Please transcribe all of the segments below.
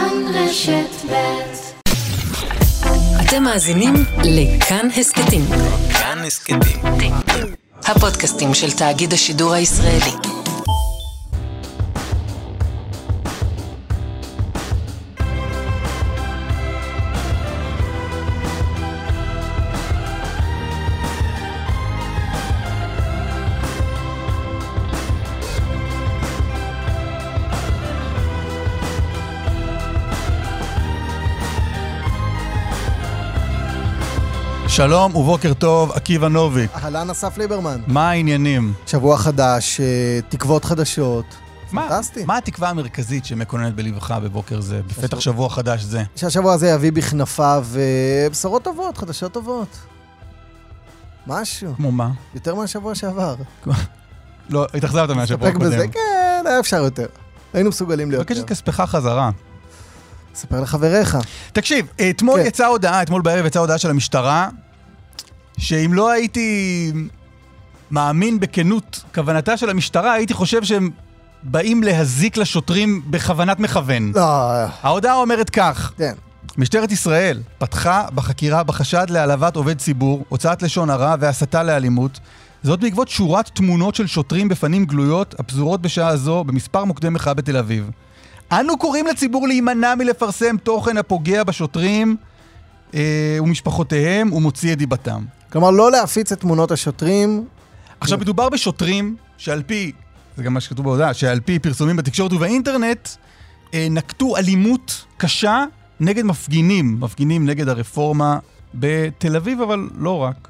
כאן רשת ב'. אתם מאזינים לכאן הסקטים. כאן הסקטים. הפודקאסטים של תאגיד השידור הישראלי. שלום ובוקר טוב, עקיבא נוביק. אהלן אסף ליברמן. מה העניינים? שבוע חדש, תקוות חדשות. פנטסטי. מה התקווה המרכזית שמקוננת בלבך בבוקר זה, בפתח שבוע חדש זה? שהשבוע הזה יביא בכנפיו בשורות טובות, חדשות טובות. משהו. כמו מה? יותר מהשבוע שעבר. לא, התאכזבת מהשבוע הקודם. בזה, כן, היה אפשר יותר. היינו מסוגלים להיות. בקש את כספך חזרה. ספר לחבריך. תקשיב, אתמול יצאה הודעה, אתמול בערב יצאה הודעה של המשטרה, שאם לא הייתי מאמין בכנות כוונתה של המשטרה, הייתי חושב שהם באים להזיק לשוטרים בכוונת מכוון. לא. ההודעה אומרת כך. כן. משטרת ישראל פתחה בחקירה בחשד להעלבת עובד ציבור, הוצאת לשון הרע והסתה לאלימות, זאת בעקבות שורת תמונות של שוטרים בפנים גלויות, הפזורות בשעה זו במספר מוקדי מחאה בתל אביב. אנו קוראים לציבור להימנע מלפרסם תוכן הפוגע בשוטרים ומשפחותיהם ומוציא את דיבתם. כלומר, לא להפיץ את תמונות השוטרים. עכשיו, מדובר בשוטרים שעל פי, זה גם מה שכתוב בהודעה, שעל פי פרסומים בתקשורת ובאינטרנט, נקטו אלימות קשה נגד מפגינים נגד הרפורמה בתל אביב, אבל לא רק.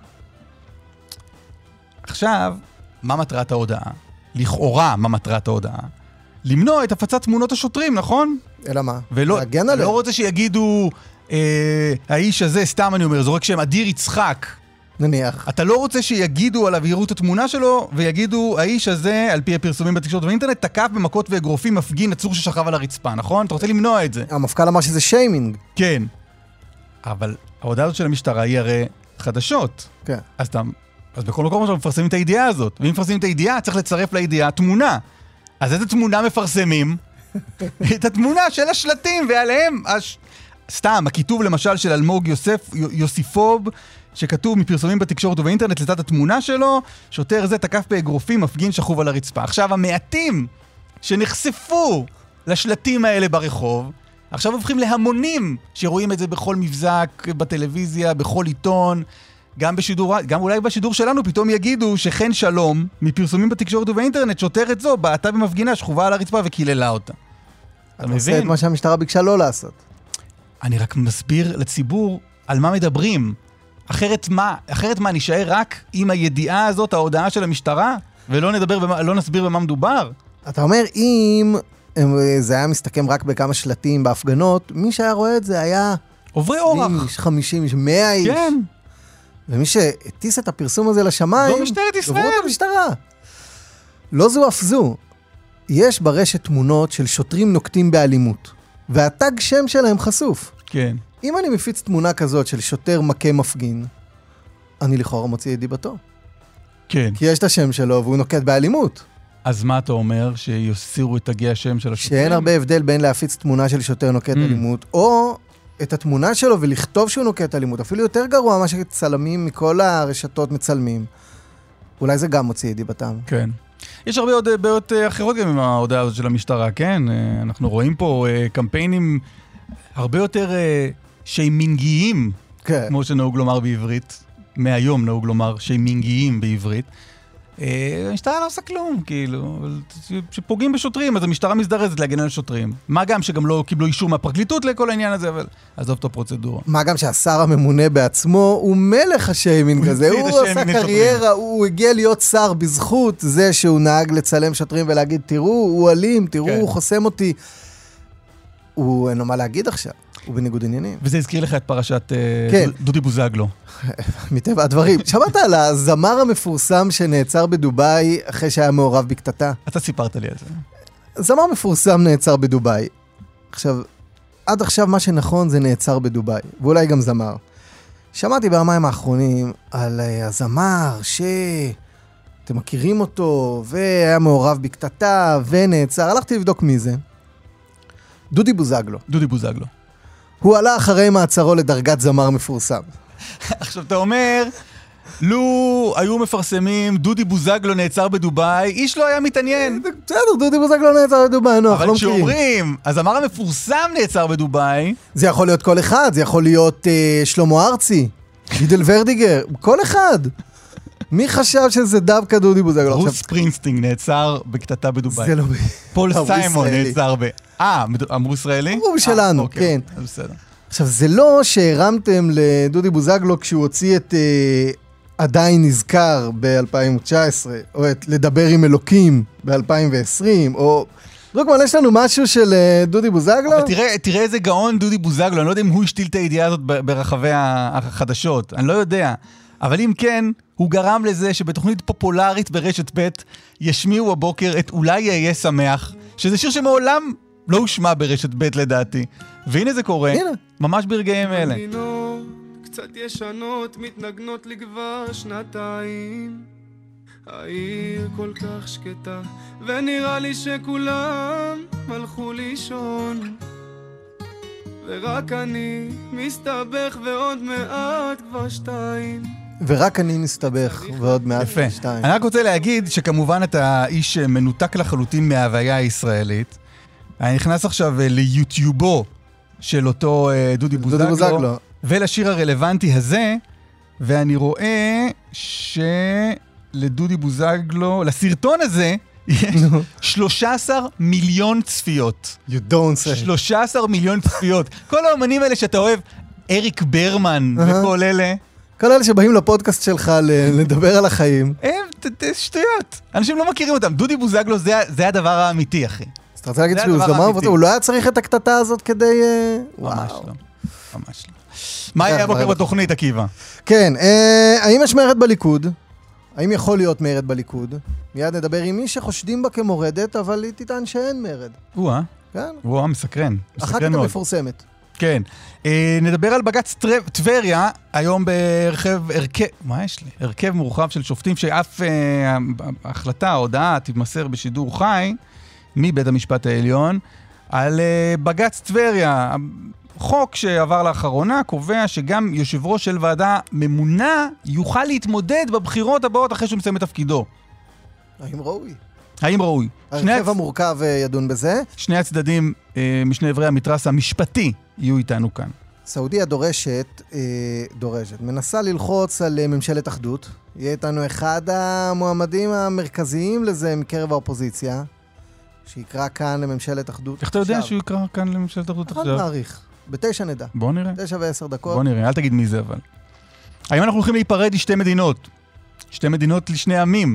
עכשיו, מה מטרת ההודעה? לכאורה, מה מטרת ההודעה? למנוע את הפצת תמונות השוטרים, נכון? אלא מה? להגן עליהם. לא רוצה שיגידו, האיש הזה, סתם אני אומר, זורק שם אדיר יצחק. נניח. אתה לא רוצה שיגידו עליו, יראו את התמונה שלו, ויגידו, האיש הזה, על פי הפרסומים בתקשורת ובאינטרנט, תקף במכות ואגרופים מפגין עצור ששכב על הרצפה, נכון? אתה רוצה למנוע את זה. המפכ"ל אמר שזה שיימינג. כן. אבל ההודעה הזאת של המשטרה היא הרי חדשות. כן. אז בכל מקום אנחנו מפרסמים את הידיעה הזאת. ואם מפרסמים את הידיעה, צריך לצרף לידיעה תמונה. אז איזה תמונה מפרסמים? את התמונה של השלטים, ועליהם, סתם, הכיתוב למשל של אלמוג יוסיפוב, שכתוב מפרסומים בתקשורת ובאינטרנט לצד התמונה שלו, שוטר זה תקף באגרופים, מפגין שכוב על הרצפה. עכשיו, המעטים שנחשפו לשלטים האלה ברחוב, עכשיו הופכים להמונים שרואים את זה בכל מבזק, בטלוויזיה, בכל עיתון, גם אולי בשידור שלנו פתאום יגידו שכן שלום, מפרסומים בתקשורת ובאינטרנט, שוטרת זו בעטה במפגינה שכובה על הרצפה וקיללה אותה. אתה עושה את מה שהמשטרה ביקשה לא לעשות. אני רק מסביר לציבור על מה מדברים. אחרת מה, נשאר רק עם הידיעה הזאת, ההודעה של המשטרה, ולא נסביר במה מדובר? אתה אומר, אם זה היה מסתכם רק בכמה שלטים בהפגנות, מי שהיה רואה את זה היה עוברי אורח. 50 איש, 100 איש. כן. ומי שהטיס את הפרסום הזה לשמיים, זו משטרת ישראל. דוברות המשטרה. לא זו אף זו. יש ברשת תמונות של שוטרים נוקטים באלימות, והטג שם שלהם חשוף. כן. אם אני מפיץ תמונה כזאת של שוטר מכה מפגין, אני לכאורה מוציא את דיבתו. כן. כי יש את השם שלו והוא נוקט באלימות. אז מה אתה אומר? שיוסירו את תגי השם של השוטרים? שאין הרבה הבדל בין להפיץ תמונה של שוטר נוקט אלימות, או את התמונה שלו ולכתוב שהוא נוקט אלימות. אפילו יותר גרוע מה שצלמים מכל הרשתות מצלמים. אולי זה גם מוציא את דיבתם. כן. יש הרבה עוד בעיות אחרות גם עם ההודעה הזאת של המשטרה, כן? אנחנו רואים פה קמפיינים הרבה יותר שיימינגיים, כן. כמו שנהוג לומר בעברית. מהיום נהוג לומר שיימינגיים בעברית. המשטרה לא עושה כלום, כאילו, שפוגעים בשוטרים, אז המשטרה מזדרזת להגן על שוטרים. מה גם שגם לא קיבלו אישור מהפרקליטות לכל העניין הזה, אבל עזוב את הפרוצדורה. מה גם שהשר הממונה בעצמו הוא מלך השיימינג הזה, הוא עשה קריירה, הוא הגיע להיות שר בזכות זה שהוא נהג לצלם שוטרים ולהגיד, תראו, הוא אלים, תראו, הוא חוסם אותי. הוא אין לו מה להגיד עכשיו, הוא בניגוד עניינים. וזה הזכיר לך את פרשת דודי בוזגלו. מטבע הדברים. שמעת על הזמר המפורסם שנעצר בדוביי אחרי שהיה מעורב בקטטה? אתה סיפרת לי על זה. זמר מפורסם נעצר בדוביי. עכשיו, עד עכשיו מה שנכון זה נעצר בדוביי, ואולי גם זמר. שמעתי ביומיים האחרונים על הזמר שאתם מכירים אותו, והיה מעורב בקטטה, ונעצר. הלכתי לבדוק מי זה. דודי בוזגלו. דודי בוזגלו. הוא עלה אחרי מעצרו לדרגת זמר מפורסם. עכשיו אתה אומר, לו היו מפרסמים, דודי בוזגלו נעצר בדובאי, איש לא היה מתעניין. בסדר, דודי בוזגלו נעצר בדובאי, נו, אנחנו לא מכירים. אבל כשאומרים, הזמר המפורסם נעצר בדובאי, זה יכול להיות כל אחד, זה יכול להיות שלמה ארצי, גידל ורדיגר, כל אחד. מי חשב שזה דווקא דודי בוזגלו? רוס פרינסטינג נעצר בקטטה בדובאי. זה לא... פול סיימון נעצר אמרו ישראלי? אמרו שלנו, כן. בסדר. עכשיו, זה לא שהרמתם לדודי בוזגלו כשהוא הוציא את עדיין נזכר ב-2019, או את לדבר עם אלוקים ב-2020, או... רוקמן, יש לנו משהו של דודי בוזגלו? אבל תראה איזה גאון דודי בוזגלו, אני לא יודע אם הוא השתיל את הידיעה הזאת ברחבי החדשות, אני לא יודע. אבל אם כן, הוא גרם לזה שבתוכנית פופולרית ברשת ב' ישמיעו הבוקר את אולי יהיה שמח, שזה שיר שמעולם לא הושמע ברשת ב' לדעתי. והנה זה קורה, הנה. ממש ברגעים אלה. קצת ישנות מתנגנות לי כבר שנתיים, העיר כל כך שקטה ונראה לי שכולם הלכו לישון, ורק אני מסתבך ועוד מעט כבר 2. ורק אני מסתבך ועוד מעט כבר 2. אני רק רוצה להגיד שכמובן אתה איש מנותק לחלוטין מההוויה הישראלית. אני נכנס עכשיו ליוטיובו של אותו דודי בוזגלו, ולשיר הרלוונטי הזה, ואני רואה שלדודי בוזגלו, לסרטון הזה, יש 13 מיליון צפיות. You don't say. 13 מיליון צפיות. כל האומנים האלה שאתה אוהב, אריק ברמן וכל אלה. כל אלה שבאים לפודקאסט שלך לדבר על החיים. הם שטויות. אנשים לא מכירים אותם. דודי בוזגלו זה הדבר האמיתי, אחי. אז אתה רוצה להגיד שהוא זמר, הוא לא היה צריך את הקטטה הזאת כדי... ממש לא. ממש לא. מה היה הבוקר בתוכנית, עקיבא? כן, האם יש מרד בליכוד? האם יכול להיות מרד בליכוד? מיד נדבר עם מי שחושדים בה כמורדת, אבל היא תטען שאין מרד. כן? מסקרן. אחת את המפורסמת. כן. נדבר על בג"ץ טבריה, היום הרכב מורחב של שופטים, שאף החלטה, הודעה, תתמסר בשידור חי, מבית המשפט העליון, על בג"ץ טבריה. חוק שעבר לאחרונה קובע שגם יושב ראש של ועדה ממונה יוכל להתמודד בבחירות הבאות אחרי שהוא מסיים את תפקידו. האם ראוי? האם ראוי? הרכב המורכב ידון בזה. שני הצדדים משני עברי המתרס המשפטי יהיו איתנו כאן. סעודיה מנסה ללחוץ על ממשלת אחדות. יהיה איתנו אחד המועמדים המרכזיים לזה מקרב האופוזיציה, שיקרא כאן לממשלת אחדות. איך אתה יודע שהוא יקרא כאן לממשלת אחדות עכשיו? אחד מעריך. ב9 נדע. בוא נראה. 9 ו10 דקות. בוא נראה, אל תגיד מי זה אבל. היום אנחנו הולכים להיפרד לשתי מדינות. שתי מדינות לשני עמים.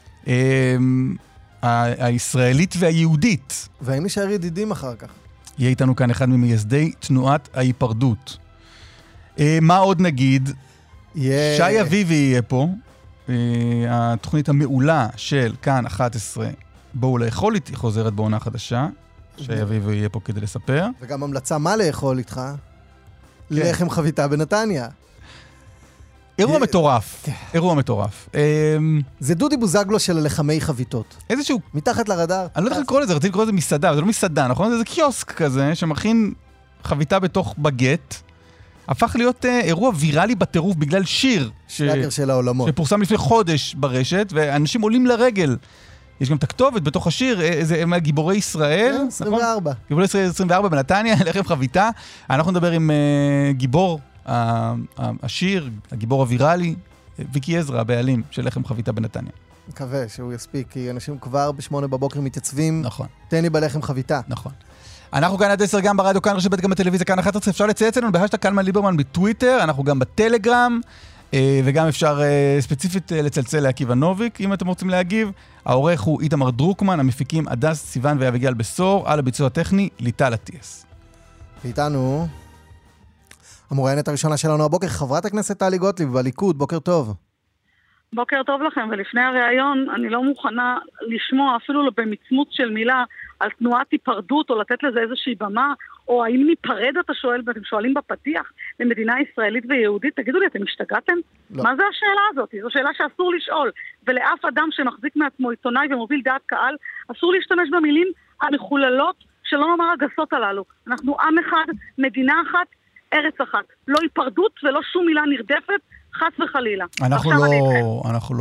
הישראלית והיהודית. והאם נשאר ידידים אחר כך? יהיה איתנו כאן אחד ממייסדי תנועת ההיפרדות. מה עוד נגיד? שי אביבי יהיה פה. התוכנית המעולה של כאן 11, בואו לאכול איתי, חוזרת בעונה חדשה. שי אביבי יהיה פה כדי לספר. וגם המלצה מה לאכול איתך? לחם חביתה בנתניה. אירוע מטורף. אירוע מטורף. זה דודי בוזגלו של הלחמי חביתות. איזשהו... מתחת לרדאר. אני לא יודע איך לקרוא לזה, רציתי לקרוא לזה מסעדה, זה לא מסעדה, נכון? זה קיוסק כזה שמכין חביתה בתוך בגט. הפך להיות אירוע ויראלי בטירוף בגלל שיר. שלאגר של העולמות. שפורסם לפני חודש ברשת, ואנשים עולים לרגל. יש גם את הכתובת בתוך השיר, הם גיבורי ישראל. 24. גיבורי ישראל 24 בנתניה, לחם חביתה. אנחנו נדבר עם גיבור השיר, הגיבור הוויראלי, ויקי עזרא, הבעלים של לחם חביתה בנתניה. מקווה שהוא יספיק, כי אנשים כבר ב8 בבוקר מתייצבים. נכון. תן לי בלחם חביתה. נכון. אנחנו כאן עד 10 גם ברדיו, כאן רשת ב' גם בטלוויזיה, כאן 11, אפשר לצייץ לנו בהשטג קלמן ליברמן בטוויטר, אנחנו גם בטלגרם, וגם אפשר ספציפית לצלצל לעקיבא נוביק, אם אתם רוצים להגיב. העורך הוא איתמר דרוקמן, המפיקים הדס סיוון ואביגיל בסור, על הביצוע הטכני ליטל אטיאס. ואיתנו המוראיינת הראשונה שלנו הבוקר, חברת הכנסת טלי גוטליב בליכוד, בוקר טוב. בוקר טוב לכם, ולפני הראיון אני לא מוכנה לשמוע אפילו לא במצמוץ של מילה על תנועת היפרדות, או לתת לזה איזושהי במה, או האם ניפרד, אתה שואל, ואתם שואלים בפתיח, במדינה ישראלית ויהודית, תגידו לי, אתם השתגעתם? לא. מה זה השאלה הזאת? זו שאלה שאסור לשאול, ולאף אדם שמחזיק מעצמו עיתונאי ומוביל דעת קהל, אסור להשתמש במילים המחוללות שלא נאמר הגסות הללו. אנחנו עם אחד, מדינה אחת, ארץ אחת. לא היפרדות ולא שום מילה נרדפת, חס וחלילה. אנחנו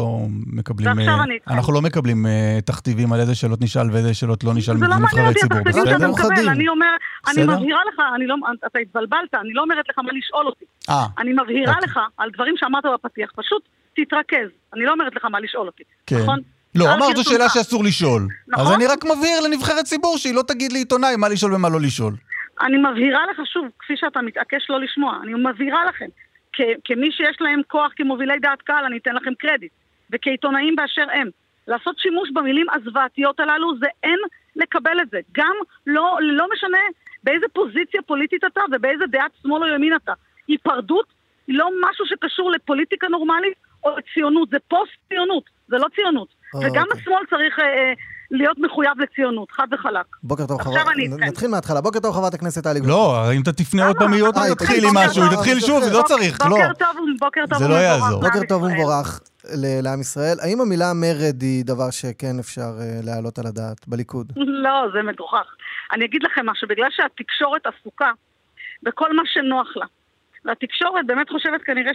לא מקבלים תכתיבים על איזה שאלות נשאל ואיזה שאלות לא נשאל מנבחרי ציבור. בסדר? אני מבהירה לך, אתה התבלבלת, אני לא אומרת לך מה לשאול אותי. אני מבהירה לך על דברים שאמרת בפתיח, פשוט תתרכז. אני לא אומרת לך מה לשאול אותי. נכון? לא, אמרת זו שאלה שאסור לשאול. אז אני רק מבהיר לנבחרת ציבור שהיא לא תגיד לעיתונאי מה לשאול ומה לא לשאול. אני מבהירה לך שוב, כפי שאתה מתעקש לא לשמוע, אני מבהירה לכם. כמי שיש להם כוח כמובילי דעת קהל, אני אתן לכם קרדיט. וכעיתונאים באשר הם. לעשות שימוש במילים הזוועתיות הללו, זה אין לקבל את זה. גם לא משנה באיזה פוזיציה פוליטית אתה ובאיזה דעת שמאל או ימין אתה. היפרדות היא לא משהו שקשור לפוליטיקה נורמלית או לציונות. זה פוסט-ציונות, זה לא ציונות. וגם השמאל צריך להיות מחויב לציונות, חד וחלק. בוקר טוב, נתחיל מההתחלה. בוקר טוב, חברת הכנסת טלי גוטליב. לא, אם אתה תפנה עוד פעם, תתחיל עם משהו, תתחיל שוב, זה לא צריך, לא. בוקר טוב זה לא יעזור. בוקר טוב ומבורך לעם ישראל. האם המילה מרד היא דבר שכן אפשר להעלות על הדעת בליכוד? לא, זה מגוחך. אני אגיד לכם משהו, בגלל שהתקשורת עסוקה בכל מה שנוח לה. והתקשורת באמת חושבת כנראה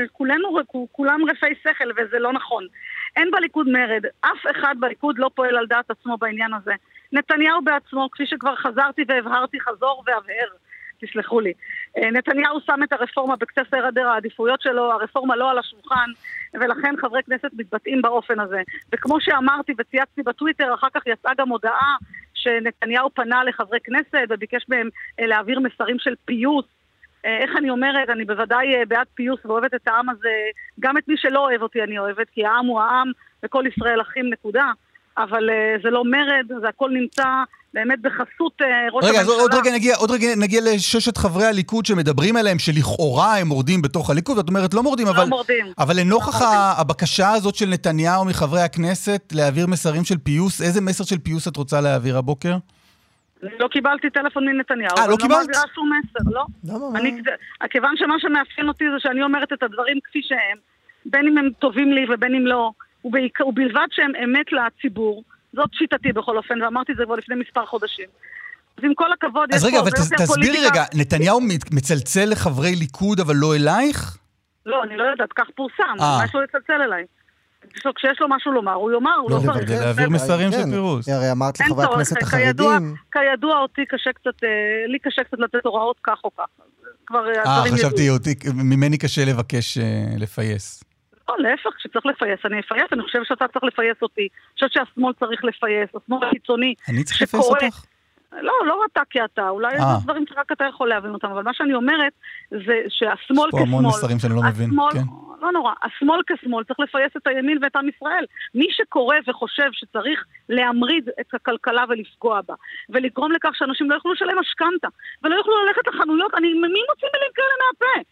כולם רפי שכל, וזה לא נכון. אין בליכוד מרד, אף אחד בליכוד לא פועל על דעת עצמו בעניין הזה. נתניהו בעצמו, כפי שכבר חזרתי והבהרתי, חזור והבהר, תסלחו לי. נתניהו שם את הרפורמה בקצה סדר העדיפויות שלו, הרפורמה לא על השולחן, ולכן חברי כנסת מתבטאים באופן הזה. וכמו שאמרתי וצייצתי בטוויטר, אחר כך יצאה גם הודעה שנתניהו פנה לחברי כנסת וביקש מהם להעביר מסרים של פיוס. איך אני אומרת, אני בוודאי בעד פיוס ואוהבת את העם הזה, גם את מי שלא אוהב אותי אני אוהבת, כי העם הוא העם וכל ישראל אחים נקודה, אבל זה לא מרד, זה הכל נמצא באמת בחסות ראש הממשלה. רגע, עוד רגע נגיע לששת חברי הליכוד שמדברים עליהם, שלכאורה הם מורדים בתוך הליכוד, ואת אומרת לא מורדים, אבל לנוכח הבקשה הזאת של נתניהו מחברי הכנסת להעביר מסרים של פיוס, איזה מסר של פיוס את רוצה להעביר הבוקר? לא קיבלתי טלפון מנתניהו. לא קיבלת? לא מעבירה שום מסר, לא. כיוון שמה שמאפיין אותי זה שאני אומרת את הדברים כפי שהם, בין אם הם טובים לי ובין אם לא, ובלבד שהם אמת לציבור, זאת שיטתי בכל אופן, ואמרתי את זה כבר לפני מספר חודשים. אז עם כל הכבוד... אז רגע, אבל תסבירי רגע, נתניהו מצלצל לחברי ליכוד אבל לא אלייך? לא, אני לא יודעת, כך פורסם, מה יש לו לצלצל אליי? כשיש לו משהו לומר, הוא יאמר, הוא לא צריך. כדי להעביר מסרים של פירוס. הרי אמרת לחברי הכנסת החרדים. כידוע אותי לי קשה קצת לתת הוראות כך או כך. חשבתי, ממני קשה לבקש לפייס. לא, להפך, כשצריך לפייס, אני אפייס, אני חושב שאתה צריך לפייס אותי. אני חושבת שהשמאל צריך לפייס, השמאל הקיצוני. אני צריך לפייס אותך? לא אתה כי אתה, אולי יש דברים שרק אתה יכול להבין אותם, אבל מה שאני אומרת זה שהשמאל כשמאל, יש פה המון מסרים שאני לא מבין, כן. לא נורא, השמאל כשמאל צריך לפייס את הימין ואת עם ישראל. מי שקורא וחושב שצריך להמריד את הכלכלה ולפגוע בה, ולגרום לכך שאנשים לא יוכלו לשלם משכנתה, ולא יוכלו ללכת לחנויות, מי מוציא מילים כאלה מהפה?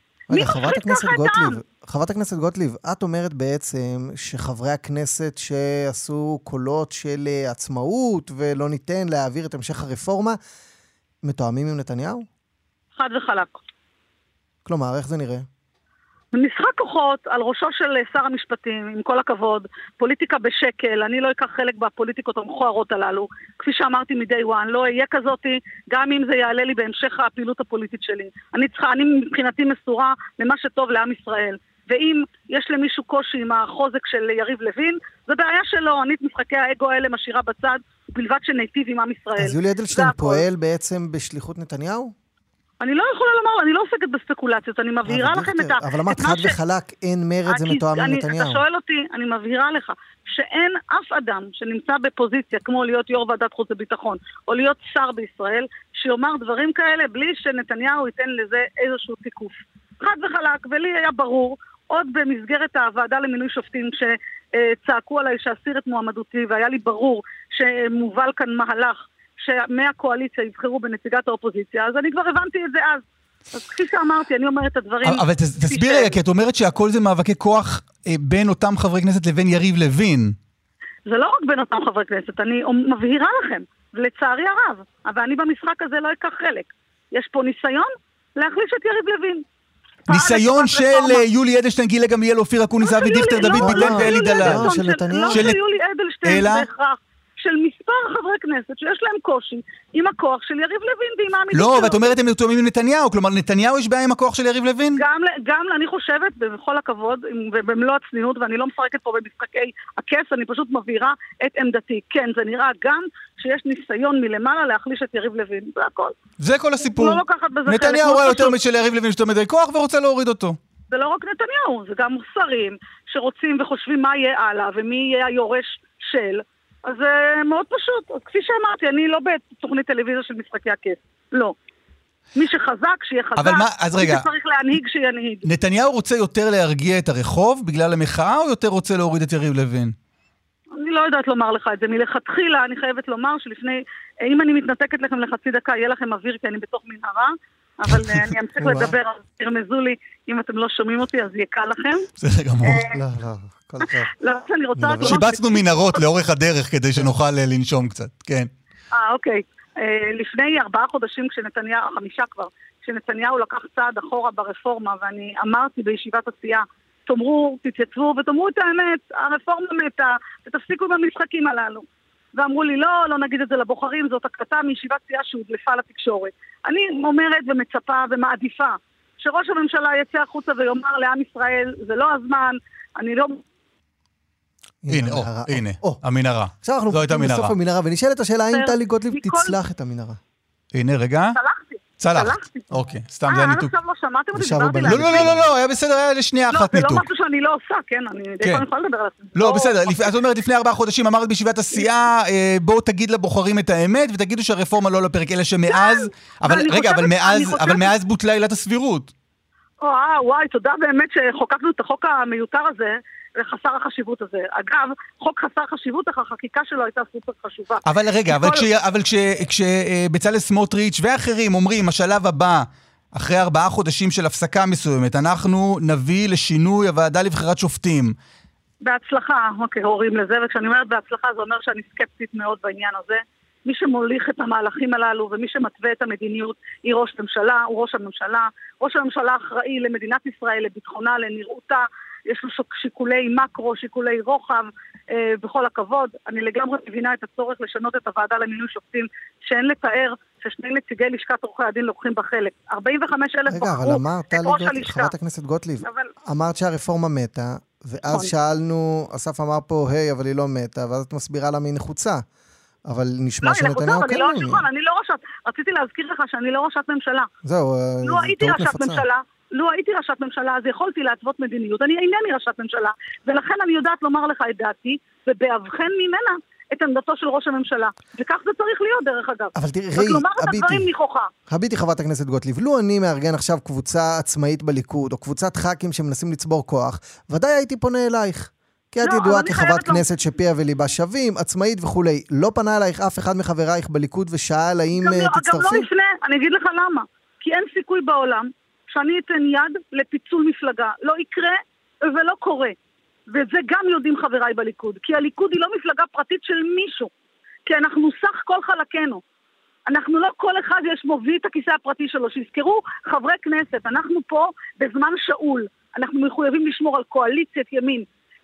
חברת הכנסת גוטליב, את אומרת בעצם שחברי הכנסת שעשו קולות של עצמאות ולא ניתן להעביר את המשך הרפורמה, מתואמים עם נתניהו? חד וחלק. כלומר, איך זה נראה? משחק כוחות על ראשו של שר המשפטים, עם כל הכבוד, פוליטיקה בשקל, אני לא אקח חלק בפוליטיקות המכוערות הללו, כפי שאמרתי מדי וואן, לא אהיה כזאתי, גם אם זה יעלה לי בהמשך הפעילות הפוליטית שלי. אני מבחינתי מסורה למה שטוב לעם ישראל, ואם יש למישהו קושי עם החוזק של יריב לוין, זה בעיה שלו, אני את משחקי האגו האלה משאירה בצד, בלבד שניטיב עם עם ישראל. אז יולי אדלשטיין פועל בעצם בשליחות נתניהו? אני לא יכולה לומר, אני לא עוסקת בספקולציות, אני מבהירה לכם את ה... אבל אמרת חד וחלק, אין מרד, זה מתואם עם נתניהו. אתה שואל אותי, אני מבהירה לך, שאין אף אדם שנמצא בפוזיציה, כמו להיות יו"ר ועדת חוץ וביטחון, או להיות שר בישראל, שיאמר דברים כאלה, בלי שנתניהו ייתן לזה איזשהו תיקוף. חד וחלק, ולי היה ברור, עוד במסגרת הוועדה למינוי שופטים, שצעקו עליי שאסיר את מועמדותי, והיה לי ברור שמובל כאן מהלך, שמהקואליציה יבחרו בנציגת האופוזיציה, אז אני כבר הבנתי את זה אז. אז כפי שאמרתי, אני אומרת את הדברים... אבל תסביר רגע, כי את אומרת שהכל זה מאבקי כוח בין אותם חברי כנסת לבין יריב לוין. זה לא רק בין אותם חברי כנסת, אני מבהירה לכם, ולצערי הרב, אבל אני במשחק הזה לא אקח חלק. יש פה ניסיון להחליש את יריב לוין. ניסיון של יולי אדלשטיין, גילה גמליאל, אופיר אקוניס, אבי דיכטר, דוד ביטן ואלי דלל. לא של יולי אדלשטיין בהכרח. של מספר חברי כנסת שיש להם קושי עם הכוח של יריב לוין ועם העמידות לא, שלו. ואת אומרת הם מתואמים עם נתניהו, כלומר נתניהו יש בעיה עם הכוח של יריב לוין? גם אני חושבת, בכל הכבוד, ובמלוא הצניעות, ואני לא מפרקת פה במשחקי הכס, אני פשוט מבהירה את עמדתי. כן, זה נראה גם שיש ניסיון מלמעלה להחליש את יריב לוין, זה הכל. זה כל הסיפור. לא לוקחת בזה חלק. נתניהו רואה יותר משל יריב לוין יותר מדי כוח ורוצה להוריד אותו. זה לא רק נתניהו, זה גם שרים שרוצים וחושבים מה יהיה הלאה ומי יהיה היורש של. אז זה מאוד פשוט. אז כפי שאמרתי, אני לא בתוכנית טלוויזיה של משחקי הכס. לא. מי שחזק, שיהיה חזק. אבל מה, אז רגע. מי שצריך להנהיג, שינהיג. נתניהו רוצה יותר להרגיע את הרחוב בגלל המחאה, או יותר רוצה להוריד את יריב לוין? אני לא יודעת לומר לך את זה. מלכתחילה אני חייבת לומר שלפני, אם אני מתנתקת לכם לחצי דקה, יהיה לכם אוויר כי אני בתוך מנהרה, אבל אני אמשיך לדבר, תרמזו לי, אם אתם לא שומעים אותי, אז יהיה קל לכם. זה גמור. לא, אני רוצה... שיבצנו מנהרות לאורך הדרך כדי שנוכל לנשום קצת, כן. אוקיי. לפני 4 חודשים, 5 כבר, כשנתניהו לקח צעד אחורה ברפורמה, ואני אמרתי בישיבת הסיעה, תאמרו, תתייצבו ותאמרו את האמת, הרפורמה מתה, ותפסיקו במשחקים הללו. ואמרו לי, לא נגיד את זה לבוחרים, זאת הקלטה מישיבת סיעה שהודלפה לתקשורת. אני אומרת ומצפה ומעדיפה שראש הממשלה יצא החוצה ויאמר לעם ישראל, זה לא הזמן, אני לא... הנה, המנהרה. עכשיו אנחנו בסוף המנהרה, ונשאלת השאלה, האם טלי גוטליב תצלח את המנהרה? הנה, רגע. צלחתי. אוקיי, סתם זה היה ניתוק. עכשיו לא שמעתם אותי, דיברתי לא, היה בסדר, היה לשנייה אחת ניתוק. זה לא משהו שאני לא עושה, כן? אני די פעם יכולה לדבר על זה. לא, בסדר, את אומרת, לפני 4 חודשים אמרת בישיבת הסיעה, בואו תגיד לבוחרים את האמת, ותגידו שהרפורמה לא לפרק, אלא שמאז, אבל מאז בוטלה עילת הסבירות. וואי, תודה באמת שחוקקנו את החוק המיותר הזה, חסר החשיבות הזה. אגב, חוק חסר חשיבות, החקיקה שלו הייתה סופר חשובה. אבל רגע, אבל כשבצלאל סמוטריץ' ואחרים אומרים, השלב הבא, אחרי 4 חודשים של הפסקה מסוימת, אנחנו נביא לשינוי הוועדה לבחירת שופטים. בהצלחה, אוקיי, הורים לזה, וכשאני אומרת בהצלחה, זה אומר שאני סקפטית מאוד בעניין הזה. מי שמוליך את המהלכים הללו ומי שמתווה את המדיניות הוא ראש הממשלה. ראש הממשלה אחראי למדינת ישראל, לביטחונה, לנראותה. יש לו שיקולי מקרו, שיקולי רוחב, בכל הכבוד. אני לגמרי מבינה את הצורך לשנות את הוועדה למינוי שופטים, שאין לתאר ששני נציגי לשכת עורכי הדין לוקחים בחלק. 45,000 בחרו את ראש הלשכה. חברת הכנסת גוטליב, אמרת שהרפורמה מתה, ואז שאלנו, אסף אמר פה, אבל היא לא מתה, ואז את מסבירה למה היא נחוצה. אבל נשמע שנתניהו כן מעוניין. אני לא ראשת, רציתי להזכיר לך שאני לא ראשת ממשלה. זהו, לו הייתי ראשת ממשלה, אז יכולתי להתוות מדיניות. אני אינני ראשת ממשלה, ולכן אני יודעת לומר לך את דעתי, ובאבחן ממנה את עמדתו של ראש הממשלה. וכך זה צריך להיות, דרך אגב. אבל תראי, הביטי חברת הכנסת גוטליב, לו אני מארגן עכשיו קבוצה עצמאית בליכוד, או קבוצת ח"כים שמנסים לצבור כוח, ודאי הייתי פונה אלייך. כי את ידועה כחברת כנסת שפיה וליבה שווים, עצמאית וכולי. לא פנה אלייך אף אחד מחברייך בליכוד ושאל האם תצטרפי? גם לא לפני, אני אגיד לך למה. כי אין סיכוי בעולם שאני אתן יד לפיצול מפלגה. לא יקרה ולא קורה. וזה גם יודעים חבריי בליכוד. כי הליכוד היא לא מפלגה פרטית של מישהו. כי אנחנו סך כל חלקנו. אנחנו לא כל אחד יש מוביל את הכיסא הפרטי שלו. שיזכרו חברי כנסת, אנחנו פה בזמן שאול. אנחנו מחויבים לשמור על קואליציית ימין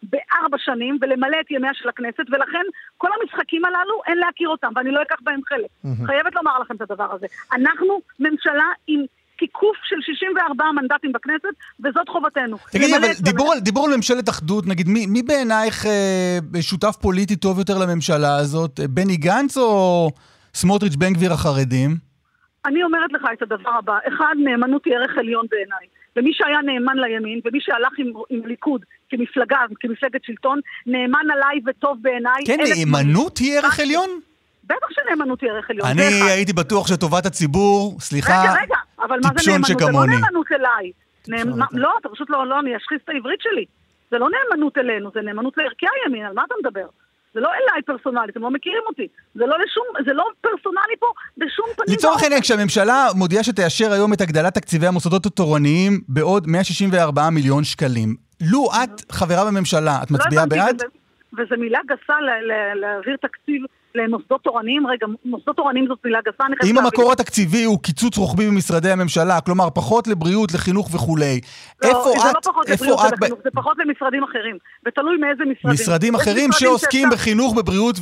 ב4 שנים ולמלא את ימיה של הכנסת, ולכן כל המשחקים הללו אין להכיר אותם, ואני לא אקח בהם חלק. חייבת לומר לכם את הדבר הזה. אנחנו ממשלה עם תיקוף של 64 מנדטים בכנסת, וזאת חובתנו. תגידי, אבל דיבור על ממשלת אחדות, נגיד, מי בעינייך שותף פוליטי טוב יותר לממשלה הזאת? בני גנץ או סמוטריץ' בן גביר החרדים? אני אומרת לך את הדבר הבא. 1, נאמנות היא ערך עליון בעיניי. ומי שהיה נאמן לימין, ומי שהלך עם ליכוד כמפלגה, כמפלגת שלטון, נאמן עליי וטוב בעיניי. כן, נאמנות היא ערך עליון? בטח שנאמנות היא ערך עליון. אני הייתי בטוח שטובת הציבור, סליחה, רגע, אבל מה זה נאמנות? זה לא נאמנות אליי. לא, אתה פשוט לא, אני אשחיז את העברית שלי. זה לא נאמנות אלינו, זה נאמנות לערכי הימין, על מה אתה מדבר? זה לא אליי פרסונלי, אתם לא מכירים אותי. זה לא פרסונלי פה בשום פנים. לצורך העניין, כשהממשלה מודיעה שתאשר היום את הגדלת תקציבי המוסדות התורניים בעוד 164 מיליון שקלים. לו את חברה בממשלה, את מצביעה בעד? וזו מילה גסה להעביר תקציב למוסדות תורניים. רגע, מוסדות תורניים זאת מילה גסה. אם המקור התקציבי הוא קיצוץ רוחבי במשרדי הממשלה, כלומר פחות לבריאות, לחינוך וכולי. לא, זה לא פחות לבריאות ולחינוך, זה פחות למשרדים אחרים. ותלוי מאיזה משרדים. משרדים אחרים שעוסקים בחינוך, בבריאות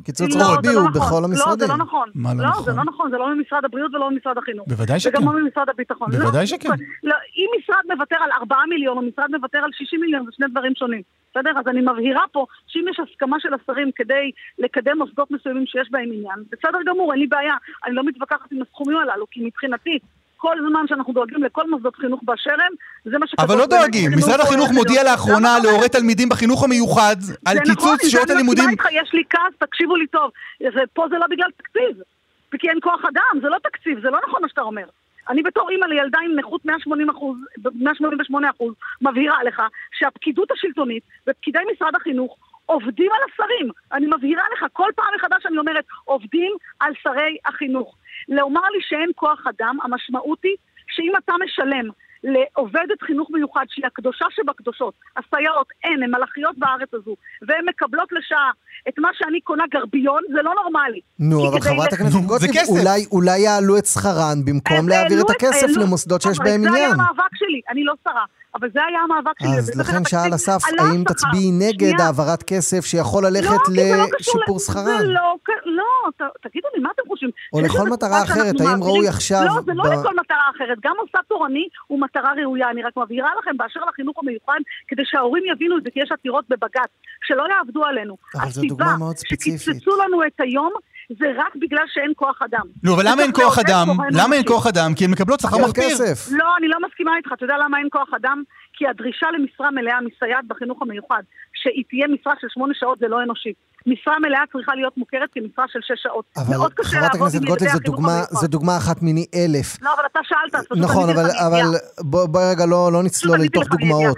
קיצוץ רוחבי הוא בכל המשרדים. לא, זה לא נכון. מה לא נכון? זה לא נכון, זה לא ממשרד הבריאות ולא ממשרד החינוך. בוודאי שכן. וגם לא ממשרד הביטחון. בוודאי שכן. אם משרד מוותר על 4 מיליון, או משרד מוותר על 60 מיליון, זה שני דברים שונים. בסדר? אז אני מבהירה פה שאם יש הסכמה של השרים כדי לקדם מוסדות מסוימים שיש בהם עניין, בסדר גמור, אין לי בעיה. אני לא מתווכחת עם הסכומים הללו, כי מבחינתי, כל זמן שאנחנו דואגים לכל מוסדות חינוך באשר הם, זה מה שכתוב. אבל לא דואגים. משרד החינוך מודיע לאחרונה להורי תלמידים בחינוך המיוחד על קיצוץ שעות הלימודים. יש לי כעס, תקשיבו לי טוב. פה זה לא בגלל תקציב. כי אין כוח אדם, זה לא תקציב, זה לא נכון מה שאתה אומר. אני בתור אימא לילדה עם נכות 188%, מבהירה לך שהפקידות השלטונית ופקידי משרד החינוך עובדים על השרים. אני מבהירה לך, כל פעם מחדש אני אומרת, עובדים על שרי החינוך. לומר לי שאין כוח אדם, המשמעות היא שאם אתה משלם לעובדת חינוך מיוחד שהיא הקדושה שבקדושות, הסייעות הן מלאכיות בארץ הזו, והן מקבלות לשעה את מה שאני קונה גרביון, זה לא נורמלי. נו, אבל חברת הכנסת גוטליב, אולי יעלו את שכרן במקום להעביר את הכסף למוסדות שיש בהם עניין. זה היה המאבק שלי, אני לא שרה. אבל זה היה המאבק שלי. אז לכן שאל אסף, האם תצביעי נגד העברת כסף שיכול ללכת לשיפור שכרן? לא, תגידו לי, מה אתם חושבים? או לכל מטרה אחרת, האם ראוי עכשיו... לא, זה לא לכל מטרה אחרת. גם מוסד תורני הוא מטרה ראויה. אני רק מבהירה לכם באשר לחינוך המיוחד, כדי שההורים יבינו את זה, כי יש עתירות בבג"ץ, שלא יעבדו עלינו. אבל זו דוגמה מאוד ספציפית. שקיצצו לנו את היום, זה רק בגלל שאין כוח אדם. לא, אבל למה אין כוח אדם? למה אין כוח אדם? כי הם מקבלות שכר מחפיר. לא, אני לא מסכימה איתך. אתה יודע למה אין כוח אדם? כי הדרישה למשרה מלאה מסייעת בחינוך המיוחד, שהיא תהיה משרה של 8 שעות, זה לא אנושי. משרה מלאה צריכה להיות מוכרת כמשרה של 6 שעות. אבל חברת הכנסת גוטליב, זו דוגמה אחת מיני 1000. לא, אבל אתה שאלת. נכון, אבל בואי רגע לא נצלול לתוך דוגמאות.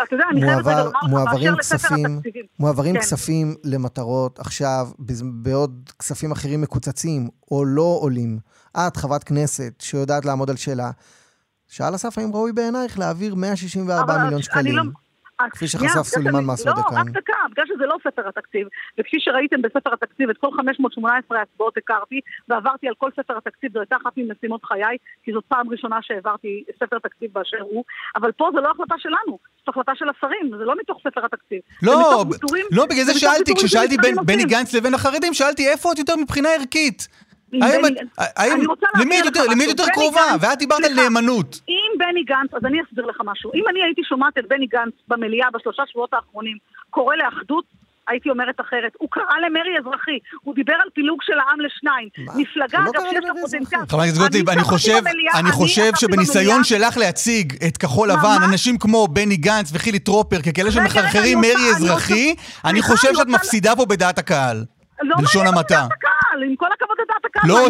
מועברים כספים למטרות עכשיו, בעוד כספים אחרים מקוצצים, או לא עולים. את, חברת כנסת, שיודעת לעמוד על שאלה, שאל אסף, האם ראוי בעינייך להעביר 164 מיליון שקלים? כפי שחשף סולימן מסעודה כאן. לא, רק דקה, בגלל שזה לא ספר התקציב, וכפי שראיתם בספר התקציב, את כל 518 הצבעות הכרתי, ועברתי על כל ספר התקציב, זו הייתה אחת ממשימות חיי, כי זאת פעם ראשונה שהעברתי ספר תקציב באשר הוא, אבל פה זה לא החלטה שלנו, זאת החלטה של השרים, זה לא מתוך ספר התקציב. לא, בגלל זה שאלתי, כששאלתי בני גנץ לבין החרדים, שאלתי איפה את יותר מבחינה ערכית? למי יותר קרובה? ואת דיברת על נאמנות. אם בני גנץ, אז אני אסביר לך משהו. אם אני הייתי שומעת את בני גנץ במליאה ב3 שבועות האחרונים, קורא לאחדות, הייתי אומרת אחרת. הוא קרא למרי אזרחי, הוא דיבר על פילוג של העם לשניים. מפלגה, אגב, שיש לה פוטנציאל. חברת הכנסת גוטליב, אני חושב שבניסיון שלך להציג את כחול לבן, אנשים כמו בני גנץ וחילי טרופר, ככאלה שמחרחרים מרי אזרחי, אני חושב שאת מפסידה פה בדעת הקהל. בלשון המעטה. עם כל הכבוד לדעת הקהל. לא,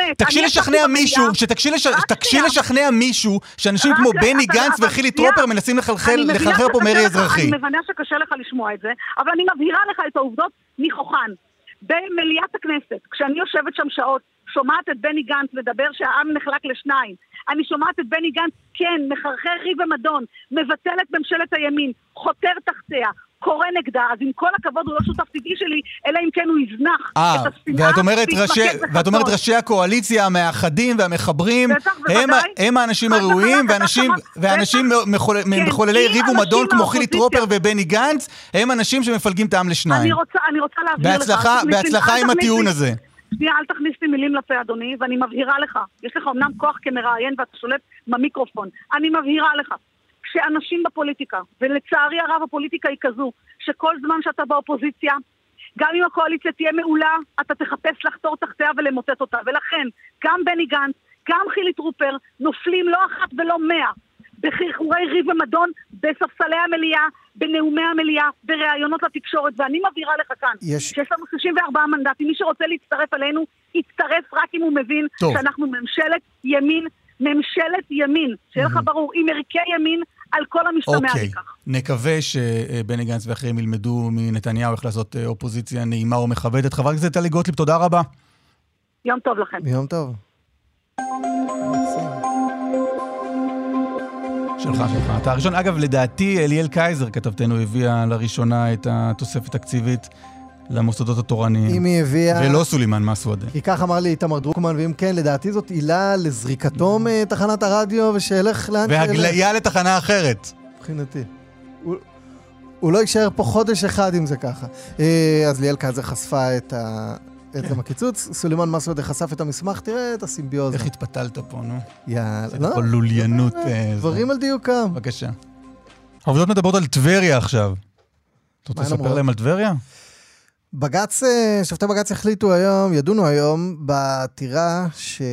שתקשיל לשכנע מישהו שאנשים כמו בני גנץ וחילי טרופר מנסים לחלחל פה מרי אזרחי. אני מבינה שקשה לך לשמוע את זה, אבל אני מבהירה לך את העובדות מכוחן. במליאת הכנסת, כשאני יושבת שם שעות, שומעת את בני גנץ לדבר שהעם נחלק לשניים. אני שומעת את בני גנץ, כן, מחרחר ריב ומדון, מבטל את ממשלת הימין, חותר תחתיה, קורא נגדה, אז עם כל הכבוד הוא לא שותף טבעי שלי, אלא אם כן הוא יזנח את השנאה. ואת אומרת ראשי הקואליציה, המאחדים והמחברים, הם האנשים הראויים, ואנשים מחוללי ריב ומדון כמו חילי טרופר ובני גנץ, הם אנשים שמפלגים את העם לשניים. אני רוצה להבהיר לך. בהצלחה עם הטיעון הזה. שנייה, אל תכניס לי מילים לפה, אדוני, ואני מבהירה לך. יש לך אמנם כוח כמראיין ואתה שולט במיקרופון. אני מבהירה לך. שאנשים בפוליטיקה, ולצערי הרב הפוליטיקה היא כזו, שכל זמן שאתה באופוזיציה, גם אם הקואליציה תהיה מעולה, אתה תחפש לחתור תחתיה ולמוטט אותה. ולכן, גם בני גנץ, גם חילי טרופר, נופלים לא אחת ולא 100, בחרחורי ריב ומדון, בספסלי המליאה, בנאומי המליאה, בראיונות לתקשורת, ואני מבהירה לך כאן, שיש לנו 64 מנדטים, מי שרוצה להצטרף עלינו, יצטרף רק אם הוא מבין שאנחנו ממשלת ימין, שיהיה לך ברור, עם ערכי ימין על כל המשתמע מכך. נקווה שבני גנץ ואחרים ילמדו מנתניהו איך לעשות אופוזיציה נעימה ומכבדת. חברת הכנסת טלי גוטליב, תודה רבה. יום טוב לכם. יום טוב. שלך. אתה הראשון, אגב, לדעתי אליאל קייזר, כתבתנו, הביאה לראשונה את התוספת התקציבית למוסדות התורניים. אם היא הביאה... ולא סולימן מסעודה. כי כך אמר לי תמר דרוקמן, ואם כן, לדעתי זאת עילה לזריקתו מתחנת הרדיו, ושילך לאן... והגליה לתחנה אחרת. מבחינתי. הוא לא יישאר פה חודש אחד אם זה ככה. אז ליאל קאזר חשפה את הקיצוץ, סולימאן מסוודה חשף את המסמך, תראה את הסימביוזה. איך התפתלת פה, נו? יאללה. זה פה לוליינות. דברים על דיוקם. בבקשה. העובדות מדברות על טבריה עכשיו. אתה רוצה לספר להם על טבריה? בג"ץ, שופטי בג"ץ ידונו היום בעתירה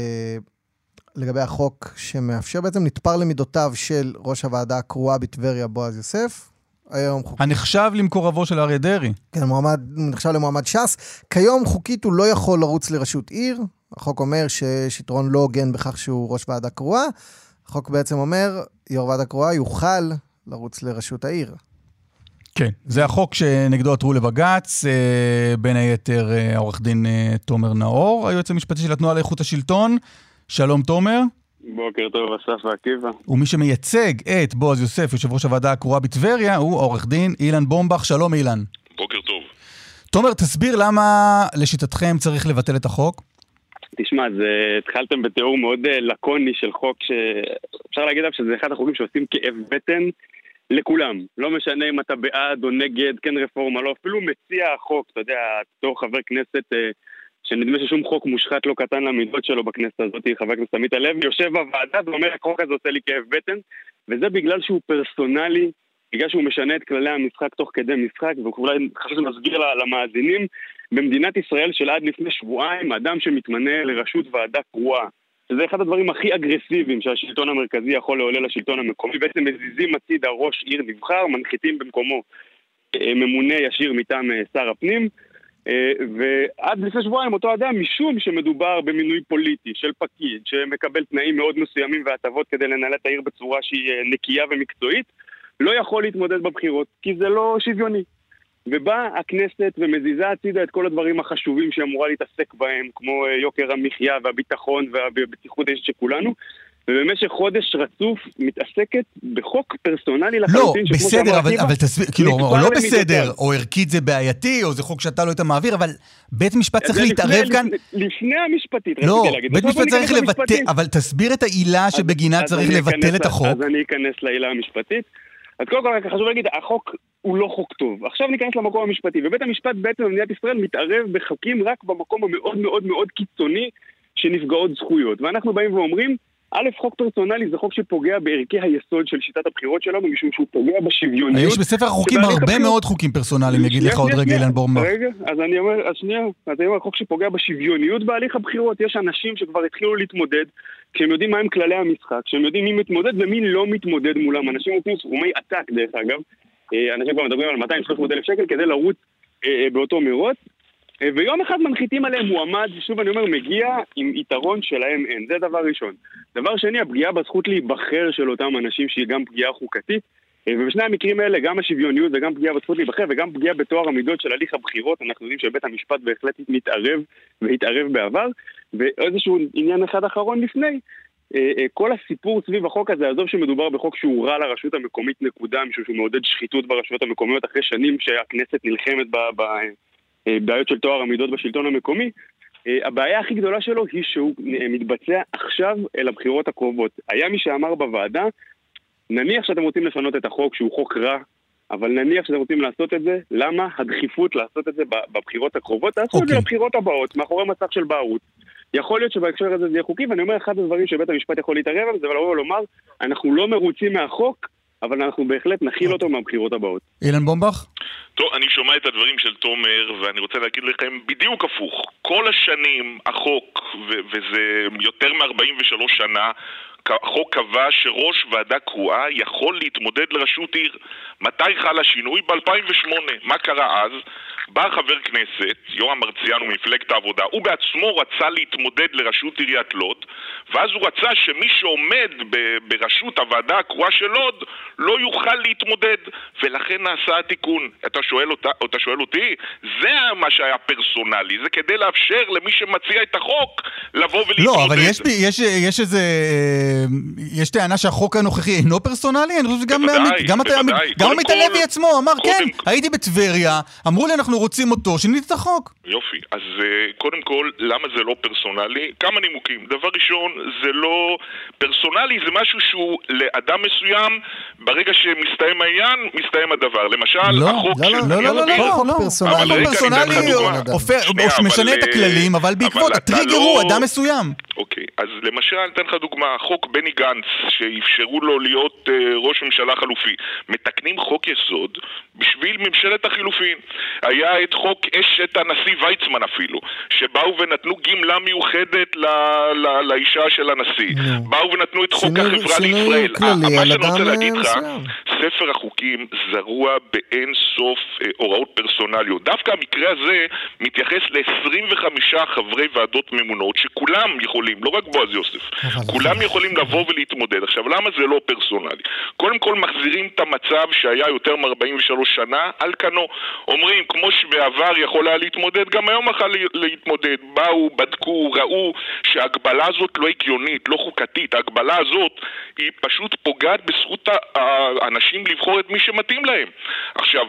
לגבי החוק שמאפשר בעצם נתפר למידותיו של ראש הוועדה הקרואה בטבריה בועז יוסף. הנחשב למקורבו של אריה דרעי. כן, נחשב למועמד ש"ס. כיום חוקית הוא לא יכול לרוץ לראשות עיר. החוק אומר ששטרון לא הוגן בכך שהוא ראש ועדה קרואה. החוק בעצם אומר, יו"ר ועדה קרואה יוכל לרוץ לראשות העיר. כן, זה החוק שנגדו עתרו לבג"ץ, בין היתר עורך דין תומר נאור, היועץ המשפטי של התנועה לאיכות השלטון. שלום תומר. בוקר טוב, אסף ועקיבא. ומי שמייצג את בועז יוסף, יושב ראש הוועדה הקרואה בטבריה, הוא עורך דין אילן בומבך. שלום אילן. בוקר טוב. תומר, תסביר למה לשיטתכם צריך לבטל את החוק? תשמע, התחלתם בתיאור מאוד לקוני של חוק שאפשר להגיד שזה אחד החוקים שעושים כאב בטן לכולם. לא משנה אם אתה בעד או נגד, כן רפורמה, לא, אפילו מציע החוק, אתה יודע, תור חבר כנסת שנדמה ששום חוק מושחת לא קטן למידות שלו בכנסת הזאת, חבר הכנסת עמית הלוי, יושב בוועדה ואומר, החוק הזה עושה לי כאב בטן, וזה בגלל שהוא פרסונלי, בגלל שהוא משנה את כללי המשחק תוך כדי משחק, ואולי חשוב להסביר למאזינים, במדינת ישראל של עד לפני שבועיים, אדם שמתמנה לראשות ועדה קרואה, שזה אחד הדברים הכי אגרסיביים שהשלטון המרכזי יכול לעולל לשלטון המקומי, בעצם מזיזים הצידה ראש עיר נבחר, מנחיתים במקומו ממונה ישיר מטעם שר הפנים, ועד לפני שבועיים אותו אדם, משום שמדובר במינוי פוליטי של פקיד, שמקבל תנאים מאוד מסוימים והטבות כדי לנהל את העיר בצורה שהיא נקייה ומקצועית, לא יכול להתמודד בבחירות, כי זה לא שוויוני. ובאה הכנסת ומזיזה הצידה את כל הדברים החשובים שהיא אמורה להתעסק בהם, כמו יוקר המחיה והביטחון והבטיחות האישית של כולנו, ובמשך חודש רצוף מתעסקת בחוק פרסונלי לחלוטין. לא, בסדר, אבל תסביר, כאילו, או לא בסדר, או ערכית זה בעייתי, או זה חוק שאתה לא היית מעביר, אבל בית משפט צריך להתערב כאן. לפני המשפטית, לא, בית משפט צריך לבטל, אבל תסביר את העילה שבגינה צריך לבטל את החוק. אז אני אכנס לעילה המשפטית. אז קודם כל, חשוב להגיד, החוק הוא לא חוק טוב. עכשיו ניכנס למקום המשפטי, ובית המשפט בעצם במדינת ישראל מתערב בחוקים רק במקום המאוד מאוד מאוד קיצוני שנפגעות זכויות. ואנחנו באים ואומרים, א', חוק פרסונלי זה חוק שפוגע בערכי היסוד של שיטת הבחירות שלנו, משום שהוא פוגע בשוויוניות. יש בספר החוקים הרבה מאוד חוקים פרסונליים, יגיד לך עוד רגע אילן בומבך. רגע, אז אני אומר, חוק שפוגע בשוויוניות בהליך הבחירות. יש אנשים שכבר התחילו להתמודד, כשהם יודעים מהם כללי המשחק, כשהם יודעים מי מתמודד ומי לא מתמודד מולם. אנשים עושים סכומי עתק, דרך אגב. אנשים כבר מדברים על 200-300 אלף שקל כדי לרוץ באותו מרוץ. ויום אחד מנחיתים עליהם מועמד, שוב אני אומר, מגיע עם יתרון שלהם אין. זה דבר ראשון. דבר שני, הפגיעה בזכות להיבחר של אותם אנשים שהיא גם פגיעה חוקתית. ובשני המקרים האלה, גם השוויוניות וגם פגיעה בזכות להיבחר וגם פגיעה בתואר המידות של הליך הבחירות. אנחנו יודעים שבית המשפט בהחלט מתערב והתערב בעבר. ואיזשהו עניין אחד אחרון לפני, כל הסיפור סביב החוק הזה, עזוב שמדובר בחוק שהוא רע לרשות המקומית נקודה, משום שהוא מעודד שחיתות ברשויות המקומיות אחרי שנים שהכנסת נלחמת בעיות של תואר המידות בשלטון המקומי, הבעיה הכי גדולה שלו היא שהוא מתבצע עכשיו אל הבחירות הקרובות. היה מי שאמר בוועדה, נניח שאתם רוצים לשנות את החוק שהוא חוק רע, אבל נניח שאתם רוצים לעשות את זה, למה הדחיפות לעשות את זה בבחירות הקרובות? תעשו את זה לבחירות הבאות, מאחורי מסך של בערות. יכול להיות שבהקשר הזה זה יהיה חוקי, ואני אומר אחד הדברים שבית המשפט יכול להתערב על זה, ולבוא ולומר, אנחנו לא מרוצים מהחוק, אבל אנחנו בהחלט נכיל אותו מהבחירות הבאות. אילן בומבך? טוב, אני שומע את הדברים של תומר, ואני רוצה להגיד לכם בדיוק הפוך. כל השנים החוק, וזה יותר מ-43 שנה, החוק קבע שראש ועדה קרואה יכול להתמודד לראשות עיר. מתי חל השינוי? ב-2008. מה קרה אז? בא חבר כנסת, יורם מרציאנו ממפלגת העבודה, הוא בעצמו רצה להתמודד לראשות עיריית לוד, ואז הוא רצה שמי שעומד בראשות הוועדה הקרואה של לוד לא יוכל להתמודד, ולכן נעשה התיקון. אתה שואל אותי? זה מה שהיה פרסונלי, זה כדי לאפשר למי שמציע את החוק לבוא ולהתמודד. לא, אבל יש איזה יש טענה שהחוק הנוכחי אינו פרסונלי? אני חושב שגם עמית הלוי עצמו אמר, כן, הייתי בטבריה, אמרו לי אנחנו רוצים אותו, שינית את החוק. יופי, אז קודם כל, למה זה לא פרסונלי? כמה נימוקים. דבר ראשון, זה לא פרסונלי, זה משהו שהוא לאדם מסוים, ברגע שמסתיים העניין, מסתיים הדבר. למשל, החוק... לא, פרסונלי משנה את הכללים, אבל בעקבות הטריגר הוא אדם מסוים. אוקיי, אז למשל, אתן לך דוגמה, חוק בני גנץ, שאפשרו לו להיות ראש ממשלה חלופי, מתקנים חוק יסוד בשביל ממשלת החילופין. היה את חוק אשת הנשיא ויצמן אפילו, שבאו ונתנו גמלה מיוחדת לאישה של הנשיא. באו ונתנו את חוק החברה לישראל. מה שאני רוצה להגיד לך, ספר החוקים זרוע באין סוף הוראות פרסונליות. דווקא המקרה הזה מתייחס ל-25 חברי ועדות ממונות, שכולם יכולים, לא רק בועז יוסף, כולם יכולים לבוא ולהתמודד. עכשיו, למה זה לא פרסונלי? קודם כל מחזירים את המצב שהיה יותר מ-43 שנה על כנו. אומרים, כמו שבעבר יכול היה להתמודד, גם היום יכול להתמודד. באו, בדקו, ראו שההגבלה הזאת לא הגיונית, לא חוקתית. ההגבלה הזאת היא פשוט פוגעת בזכות האנשים לבחור את מי שמתאים להם. עכשיו,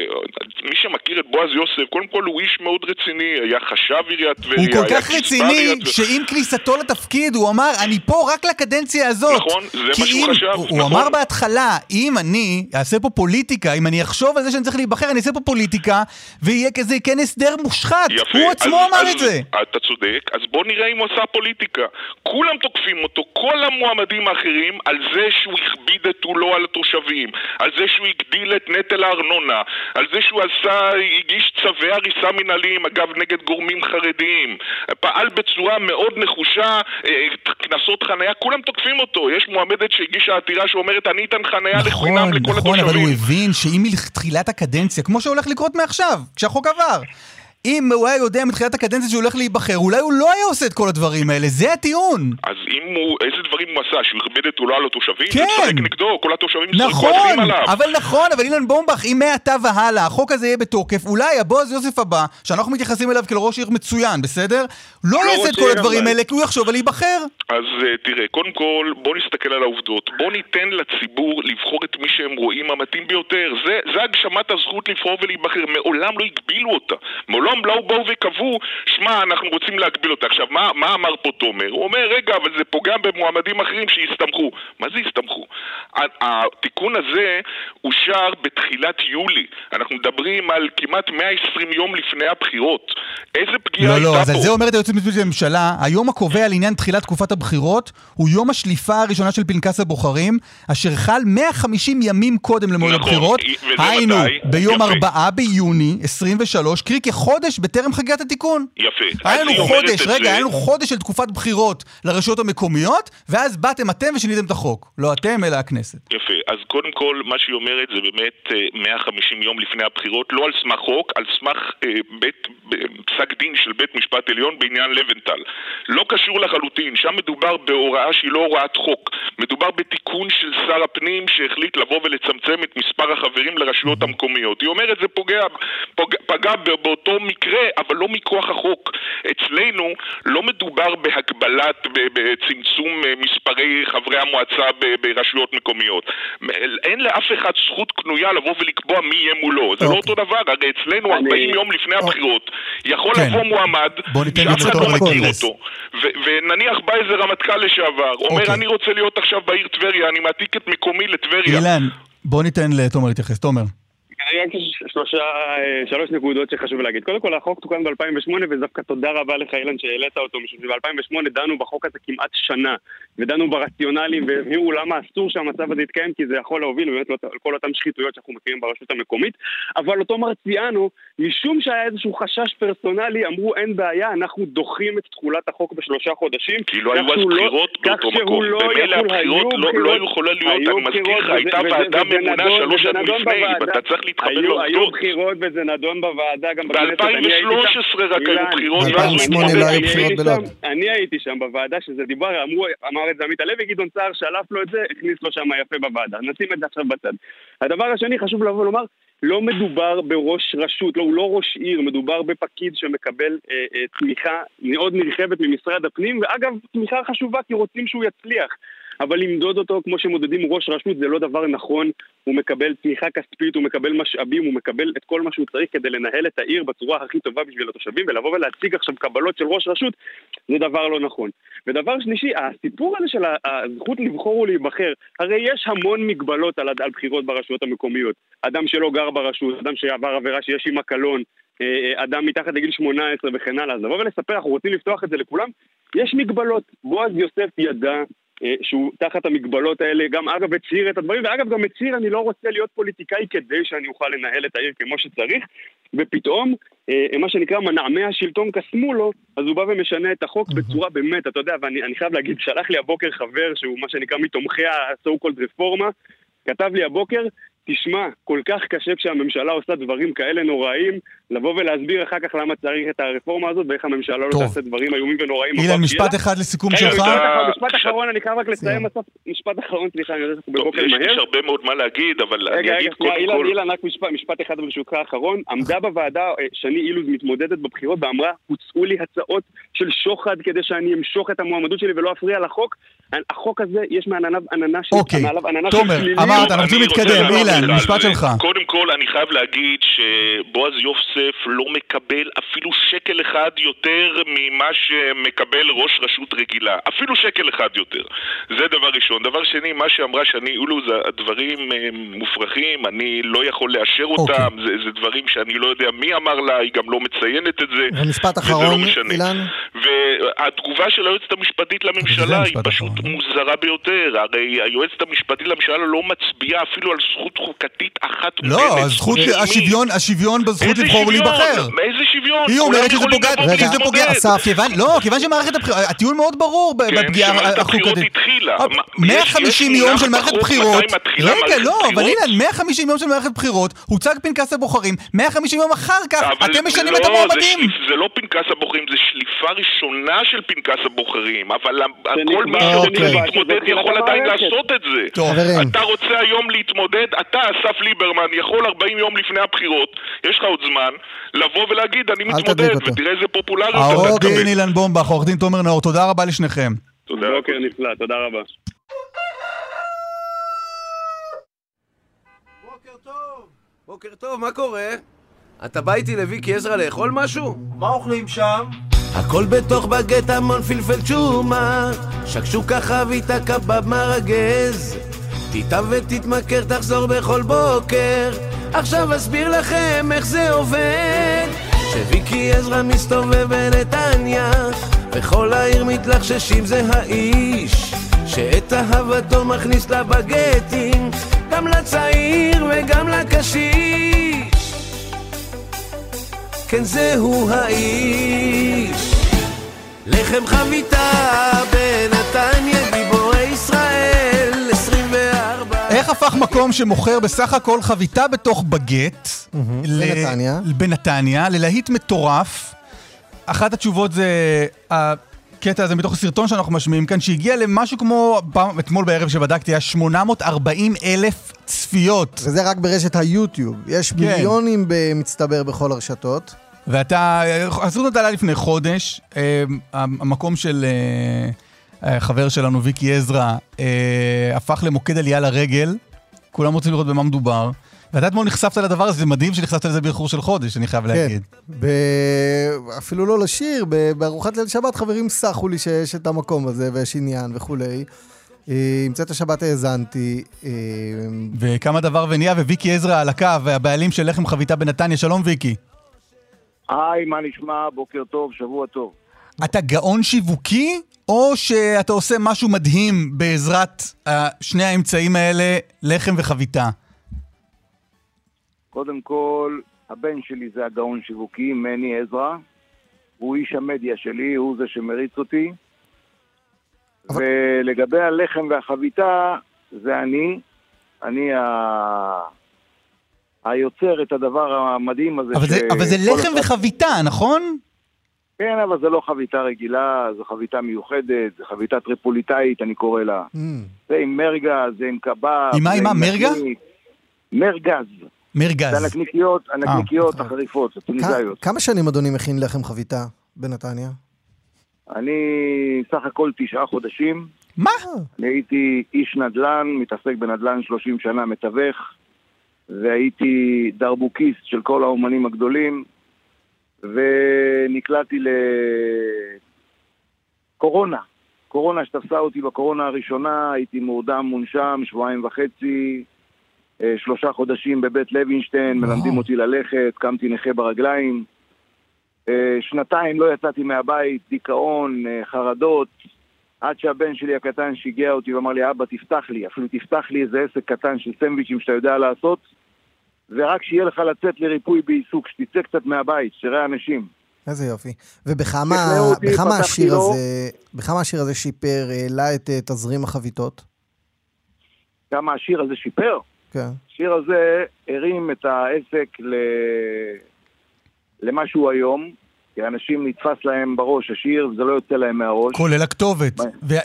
מי שמכיר את בועז יוסף, קודם כל הוא איש מאוד רציני, היה חשב עיריית טבריה. הוא כל כך רציני שעם כניסתו לתפקיד הוא אמר, אני פה רק לקדנציה הזאת. נכון, זה מה שהוא חשב. הוא אמר בהתחלה, אם אני אעשה פה פוליטיקה, אם אני אחשוב על זה שאני צריך להיבחר, אני אעשה פה פוליטיקה, ויהיה כזה כן הסדר מושחת. יפה, הוא עצמו אמר את זה. אתה צודק, אז בוא נראה אם הוא עשה פוליטיקה. כולם תוקפים אותו, כל המועמדים האחרים, על זה שהוא הכביד את עולו על התושבים, על זה שהוא הגדיל את נטל הארנונה, על זה שהוא הגיש צווי הריסה מנהליים, אגב נגד גורמים חרדיים, פעל בצורה מאוד נחושה, כנסות חניה, כולם תוקפים אותו. יש מועמדת שהגישה עתירה שאומרת אני אתן חניה לחינם לכל התושבים. נכון, אבל הוא הבין שאם מתחילת הקדנציה, כמו שהולך לקרות מעכשיו, כשהחוק עבר, אם הוא היה יודע מתחילת הקדנציה שהוא הולך להיבחר, אולי הוא לא היה עושה את כל הדברים האלה, זה הטיעון. אז איזה דברים הוא עשה? שהוא הכביד את עולו על התושבים? כן. וצחק נגדו, כל התושבים כועסים עליו. אבל אילן בומבך, אם מעתה והלאה, החוק הזה יהיה בתוקף, אולי הבועז יוסף הבא, שאנחנו מתייחסים אליו כראש עיר מצוין, בסדר? לא יעשה את כל הדברים האלה, כי הוא יחשוב על להיבחר. אז תראה, קודם כל, בוא נסתכל על העובדות. בוא ניתן לציבור לבחור את מי שהם רואים המתאים ביותר. זה הגשמת הזכות לבחור ולהיבחר. מעולם לא הגבילו אותה. מעולם לא באו וקבעו, שמע, אנחנו רוצים להגביל אותה. עכשיו, מה אמר פה תומר? הוא אומר, רגע, אבל זה פוגע במועמדים אחרים שיסתמכו. מה זה יסתמכו? התיקון הזה אושר בתחילת יולי. אנחנו מדברים על כמעט 120 יום לפני הבחירות. איזה פגיעה הייתה פה? לא, אז על זה אומרת היועצת המשפטית לממשלה, היום הקובע לעניין תחילת תקופת הבחירות הוא יום השליפה הראשונה של פנקס הבוחרים, אשר חל 150 ימים קודם למועד הבחירות, היינו ביום 4 ביוני 23, קרי כחודש בטרם חגיגת התיקון. יפה. היינו חודש של תקופת בחירות לרשויות המקומיות, ואז באתם אתם ושיניתם את החוק. לא אתם, אלא הכנסת. יפה. אז קודם כל, מה שהיא אומרת זה באמת 150 יום לפני הבחירות, לא על סמך חוק, על סמך פסק דין של בית משפט עליון בעניין לבנטל. לא קשור לחלוטין. שם מדובר בהוראה שהיא לא הוראת חוק. מדובר בתיקון של שר הפנים שהחליט לבוא ולצמצם את מספר החברים לרשויות המקומיות. היא אומרת זה פגע באותו מקרה, אבל לא מכוח החוק. אצלנו לא מדובר בהגבלת, בצמצום מספרי חברי המועצה ברשויות מקומיות. אין לאף אחד זכות קנויה לבוא ולקבוע מי יהיה מולו. זה לא אותו דבר. הרי אצלנו 40 יום לפני הבחירות יכול לבוא מועמד שאף אחד לא מכיר אותו. ונניח בא איזה רמטכ"ל לשעבר, אומר אני רוצה להיות עכשיו בעיר טבריה, אני מעתיק את מקומי לטבריה. אילן, בוא ניתן לתומר להתייחס. תומר. רק שלוש נקודות שחשוב להגיד. קודם כל, החוק תוקן ב-2008, ודווקא תודה רבה לך, אילן, שהעלית אותו, משום שב-2008 דנו בחוק הזה כמעט שנה, ודנו ברציונלים, והביאו למה אסור שהמצב הזה יתקיים, כי זה יכול להוביל באמת כל אותם שחיתויות שאנחנו מכירים ברשות המקומית, אבל אותו מרציאנו, משום שהיה איזשהו חשש פרסונלי, אמרו אין בעיה, אנחנו דוחים את תחולת החוק ב3 חודשים. כי לא היו אז בחירות באותו מקום. במילא הבחירות לא יכולה להיות, אני מזכיר לך, הייתה ועדה ממונה 3 שנים לפני, ואתה צריך להתחבר לעובדות. היו בחירות וזה נדון בוועדה גם בכנסת. ב-2013 רק היו בחירות. אני הייתי שם בוועדה שזה דיבר, אמר את זה עמית הלוי, גדעון סער שלף לו את זה, הכניס לו שם יפה בוועדה. נשים את זה עכשיו בצד. הדבר השני חשוב לבוא לומר, לא מדובר בראש רשות, לא, הוא לא ראש עיר, מדובר בפקיד שמקבל תמיכה מאוד נרחבת ממשרד הפנים, ואגב, תמיכה חשובה כי רוצים שהוא יצליח. אבל למדוד אותו כמו שמודדים ראש רשות זה לא דבר נכון, הוא מקבל תמיכה כספית, הוא מקבל משאבים, הוא מקבל את כל מה שהוא צריך כדי לנהל את העיר בצורה הכי טובה בשביל התושבים, ולבוא ולהציג עכשיו קבלות של ראש רשות, זה דבר לא נכון. ודבר שלישי, הסיפור הזה של הזכות לבחור ולהיבחר, הרי יש המון מגבלות על בחירות ברשויות המקומיות. אדם שלא גר ברשות, אדם שעבר עבירה שיש עם הקלון, אדם מתחת לגיל 18 וכן הלאה. אז לבוא ולספר, אנחנו רוצים לפתוח את זה לכולם, יש מגבלות. בועז יוסף ידע שהוא תחת המגבלות האלה, גם אגב הצהיר את הדברים, ואגב גם הצהיר, אני לא רוצה להיות פוליטיקאי כדי שאני אוכל לנהל את העיר כמו שצריך, ופתאום, מה שנקרא מנעמי השלטון קסמו לו, אז הוא בא ומשנה את החוק בצורה באמת, אתה יודע, ואני חייב להגיד, שלח לי הבוקר חבר, שהוא מה שנקרא מתומכי ה-so called רפורמה, כתב לי הבוקר, תשמע, כל כך קשה כשהממשלה עושה דברים כאלה נוראים, לבוא ולהסביר אחר כך למה צריך את הרפורמה הזאת, ואיך הממשלה לא תעשה דברים איומים ונוראים. אילן, משפט אחד לסיכום שלך. משפט אחרון, אני חייב רק לסיים בסוף. משפט אחרון, סליחה, אני יודע שאנחנו בבוקר מהר. יש הרבה מאוד מה להגיד, אבל אני אגיד קודם כל... אילן, רק משפט אחד ברשותך האחרון. עמדה בוועדה, שני אילוז מתמודדת בבחירות, ואמרה, הוצאו לי הצעות של שוחד כדי שאני אמשוך את המועמדות שלי ולא אפריע לחוק. החוק הזה, יש מעליו עננה של שלילים. אמרת, אנחנו רוצים להתקדם. אילן, משפט שלך. קודם כל, אני חייב להגיד שבועז יוסף לא מקבל אפילו שקל אחד יותר ממה שמקבל ראש רשות רגילה. אפילו שקל אחד יותר. זה דבר ראשון. דבר שני, מה שאמרה שאני, אילוז, הדברים מופרכים, אני לא יכול לאשר אותם, זה דברים שאני לא יודע מי אמר לה, היא גם לא מציינת את זה. ומשפט אחרון, אילן. והתגובה של היועצת המשפטית לממשלה היא פשוט מוזרה ביותר. הרי היועצת המשפטית לממשלה לא מצביעה אפילו על זכות חוקתית אחת. לא, השוויון בזכות לבחור ולהיבחר. איזה שוויון? היא אומרת שזה פוגע, אסף, כיוון שמערכת הבחירות, הטיעון מאוד ברור בפגיעה החוקתית. 150 יום של מערכת בחירות, רגע, לא, אבל הנה, 150 יום של מערכת בחירות, הוצג פנקס הבוחרים, 150 יום אחר כך, אתם משנים את המועמדים. זה לא פנקס הבוחרים, זה שליפה ראשונה של פנקס הבוחרים, אבל כל מי שרוצה להתמודד יכול עדיין לעשות את זה. אתה רוצה היום להתמודד, אתה, אסף ליברמן, יכול 40 יום לפני הבחירות, יש לך עוד זמן, לבוא ולהגיד, אני מתמודד, ותראה איזה פופולריות. עורך דין אילן בומבך, עורך דין תומר נאור, תודה רבה לשניכם. תודה, בוקר נפלא, תודה רבה. בוקר טוב, מה קורה? אתה בא איתי לוויקי עזרא לאכול משהו? מה אוכלים שם? הכל בתוך בגט המון פלפל צ'ומה, שקשוקה חביתה קבב מרגז, תיטב ותתמכר תחזור בכל בוקר, עכשיו אסביר לכם איך זה עובד. שוויקי עזרא מסתובב בנתניה, וכל העיר מתלחששים זה האיש, שאת אהבתו מכניס לבגטים, גם לצעיר וגם לקשיש. כן זהו האיש, לחם חביתה בנתניה גיבורי ישראל 24. איך הפך מקום שמוכר בסך הכל חביתה בתוך בגט בנתניה ללהיט מטורף? אחת התשובות זה הקטע הזה מתוך הסרטון שאנחנו משמיעים כאן, שהגיע למשהו כמו, אתמול בערב שבדקתי, היה 840,000 צפיות. וזה רק ברשת היוטיוב. יש מיליונים במצטבר בכל הרשתות. ואתה, הסרטון עלה לפני חודש, המקום של חבר שלנו, ויקי עזרא, הפך למוקד עלייה לרגל, כולם רוצים לראות במה מדובר, ואתה אתמול נחשפת לדבר הזה, זה מדהים שנחשפת לזה באיחור של חודש, אני חייב להגיד. כן, אפילו לא לשיר, בארוחת ליל שבת חברים סחו לי שיש את המקום הזה, ויש עניין וכולי. המצאת השבת האזנתי. וכמה דבר ונהיה, וויקי עזרא על הקו, והבעלים של לחם חביתה בנתניה, שלום ויקי. היי, מה נשמע? בוקר טוב, שבוע טוב. אתה גאון שיווקי, או שאתה עושה משהו מדהים בעזרת שני האמצעים האלה, לחם וחביתה? קודם כל, הבן שלי זה הגאון שיווקי, מני עזרא. הוא איש המדיה שלי, הוא זה שמריץ אותי. ולגבי הלחם והחביתה, זה אני היוצר את הדבר המדהים הזה. אבל זה לחם וחביתה, נכון? כן, אבל זה לא חביתה רגילה, זו חביתה מיוחדת, זו חביתה טריפוליטאית, אני קורא לה. זה עם מרגז, זה עם קבב. עם מה? מרגה? מרגז. מרגז. זה הנקניקיות החריפות, הטוניסאיות. כמה שנים אדוני מכין לחם חביתה בנתניה? אני סך הכל 9 חודשים. מה? אני הייתי איש נדל"ן, מתעסק בנדל"ן 30 שנה, מתווך, והייתי דרבוקיסט של כל האומנים הגדולים, ונקלעתי לקורונה. קורונה שתפסה אותי בקורונה הראשונה, הייתי מורדם מונשם, 2.5 שבועות, 3 חודשים בבית לוינשטיין, מלמדים אותי ללכת, קמתי נכה ברגליים. 2 לא יצאתי מהבית, דיכאון, חרדות, עד שהבן שלי הקטן שיגע אותי ואמר לי, אבא תפתח לי, אפילו תפתח לי איזה עסק קטן של סנדוויצ'ים שאתה יודע לעשות, ורק שיהיה לך לצאת לריפוי בעיסוק, שתצא קצת מהבית, שתראה אנשים. איזה יופי. ובכמה השיר הזה שיפר, העלה את תזרים החביתות? כמה השיר הזה שיפר? כן. השיר הזה הרים את העסק למשהו היום, כי האנשים נתפס להם בראש השיר, וזה לא יוצא להם מהראש. כולל הכתובת.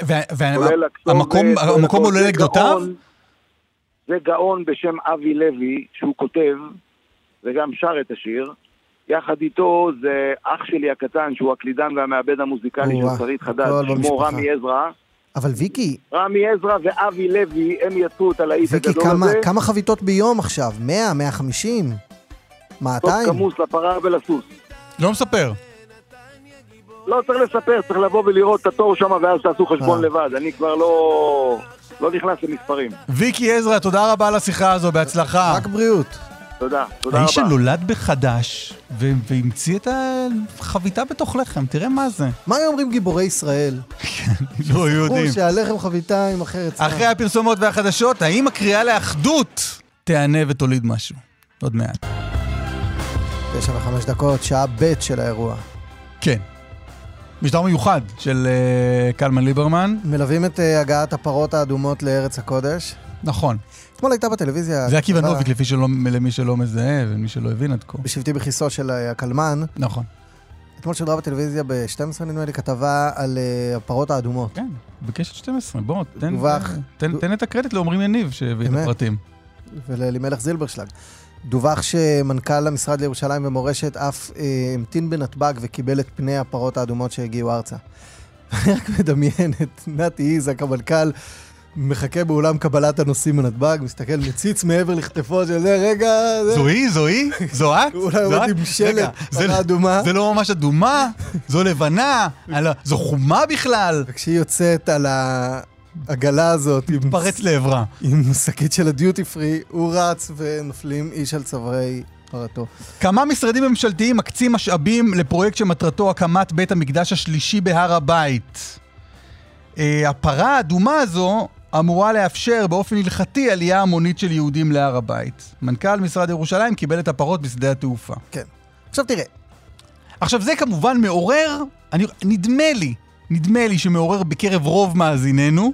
והמקום עולה לגדותיו? זה גאון בשם אבי לוי, שהוא כותב, וגם שר את השיר. יחד איתו זה אח שלי הקטן, שהוא הקלידן והמעבד המוזיקלי של שרית חדד, שמו רמי עזרא. אבל ויקי... רמי עזרא ואבי לוי, הם יצרו את הלהיט הגדול הזה. ויקי, כמה חביתות ביום עכשיו? 100, 150? 200? טוב כמוס לפרה ולסוס. לא מספר. לא צריך לספר, צריך לבוא ולראות את התור שם, ואז תעשו חשבון לבד. אני כבר לא נכנס למספרים. ויקי עזרא, תודה רבה על השיחה הזו, בהצלחה. רק בריאות. תודה רבה. האיש שנולד בחדש, והמציא את החביתה בתוך לחם, תראה מה זה. מה אומרים גיבורי ישראל? לא יודעים. שהלחם חביתה עם אחרת. אחרי הפרסומות והחדשות, האם הקריאה לאחדות תענה ותוליד משהו? עוד מעט. 9:05, שעה ב' של האירוע. כן. משדר מיוחד של קלמן ליברמן. מלווים את הגעת הפרות האדומות לארץ הקודש. נכון. אתמול הייתה בטלוויזיה... זה עקיבא נוביק למי שלא מזהה ומי שלא הבין עד כה. בשבטי בכיסו של הקלמן. נכון. אתמול שדרה בטלוויזיה ב-12 נדמה לי כתבה על הפרות האדומות. כן, בקשת 12. בוא, תן את הקרדיט לאומרים יניב שהביא את הפרטים. ולמלך זילברשלג. דווח שמנכ"ל המשרד לירושלים ומורשת אף המתין בנתב"ג וקיבל את פני הפרות האדומות שהגיעו ארצה. אני רק מדמיין את נתי איזק, המנכ"ל, מחכה באולם קבלת הנושאים בנתב"ג, מסתכל, מציץ מעבר לכתפו של זה, רגע... זוהי? זו את? אולי עוד עם שלט פרה אדומה. זה לא ממש אדומה, זו לבנה, זו חומה בכלל. וכשהיא יוצאת על העגלה הזאת, פרץ לעברה. עם שקית של הדיוטי פרי, הוא רץ ונופלים איש על צווארי פרתו. כמה משרדים ממשלתיים מקצים משאבים לפרויקט שמטרתו הקמת בית המקדש השלישי בהר הבית. הפרה האדומה הזו אמורה לאפשר באופן הלכתי עלייה המונית של יהודים להר הבית. מנכ"ל משרד ירושלים קיבל את הפרות בשדה התעופה. כן. עכשיו תראה. עכשיו זה כמובן מעורר, נדמה לי שמעורר בקרב רוב מאזיננו.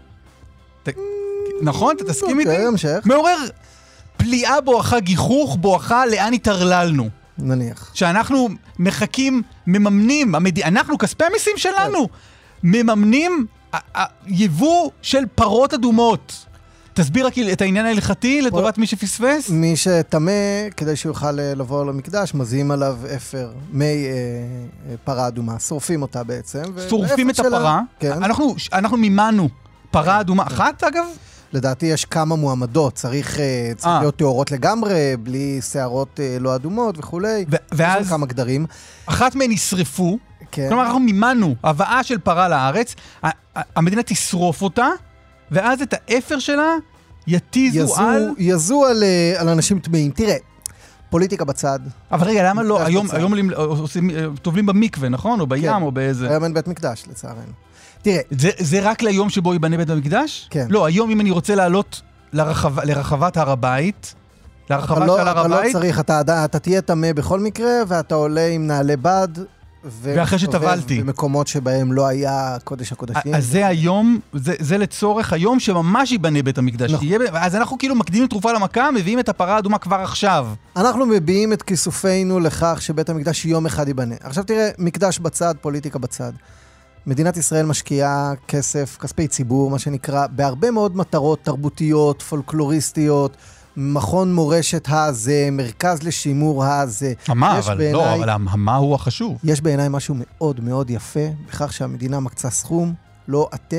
נכון? אתה תסכים איתי? מעורר פליאה בואכה גיחוך, בואכה לאן התרללנו. נניח. שאנחנו מחכים, מממנים, אנחנו כספי המיסים שלנו, מממנים יבוא של פרות אדומות. תסביר רק את העניין ההלכתי לטובת מי שפספס? מי שתמה, כדי שיוכל לבוא למקדש, מזיעים עליו אפר, מי פרה אדומה. שורפים אותה בעצם. שורפים את הפרה. אנחנו מימנו פרה אדומה. אחת אגב? לדעתי יש כמה מועמדות. צריך להיות תיאורות לגמרי, בלי שערות לא אדומות וכולי. ואז כמה גדרים. אחת מהן נשרפו. כלומר, אנחנו מימנו הבאה של פרה לארץ, המדינה תשרוף אותה, ואז את האפר שלה יתיזו יזו על אנשים טמאים. תראה, פוליטיקה בצד. אבל רגע, למה לא? היום טובלים במקווה, נכון? או בים או באיזה... היום אין בית מקדש, לצערנו. תראה. זה רק ליום שבו ייבנה בית המקדש? כן. לא, היום אם אני רוצה לעלות לרחבת הר הבית, לרחבת של הר הבית... אתה לא צריך, אתה תהיה טמא בכל מקרה, ואתה עולה עם נעלי בד, ואחרי שטבלתי. במקומות שבהם לא היה קודש הקודשים. אז זה היום, זה לצורך היום שממש ייבנה בית המקדש. אז אנחנו כאילו מקדימים תרופה למכה, מביאים את הפרה האדומה כבר עכשיו. אנחנו מביאים את כיסופינו לכך שבית המקדש יום אחד ייבנה. עכשיו תראה, מקדש בצד, פוליטיקה בצד. מדינת ישראל משקיעה כסף, כספי ציבור, מה שנקרא, בהרבה מאוד מטרות תרבותיות, פולקלוריסטיות, מכון מורשת הזה, מרכז לשימור הזה. אבל המה הוא החשוב. יש בעיניי משהו מאוד מאוד יפה, בכך שהמדינה מקצה סכום, לא עתק,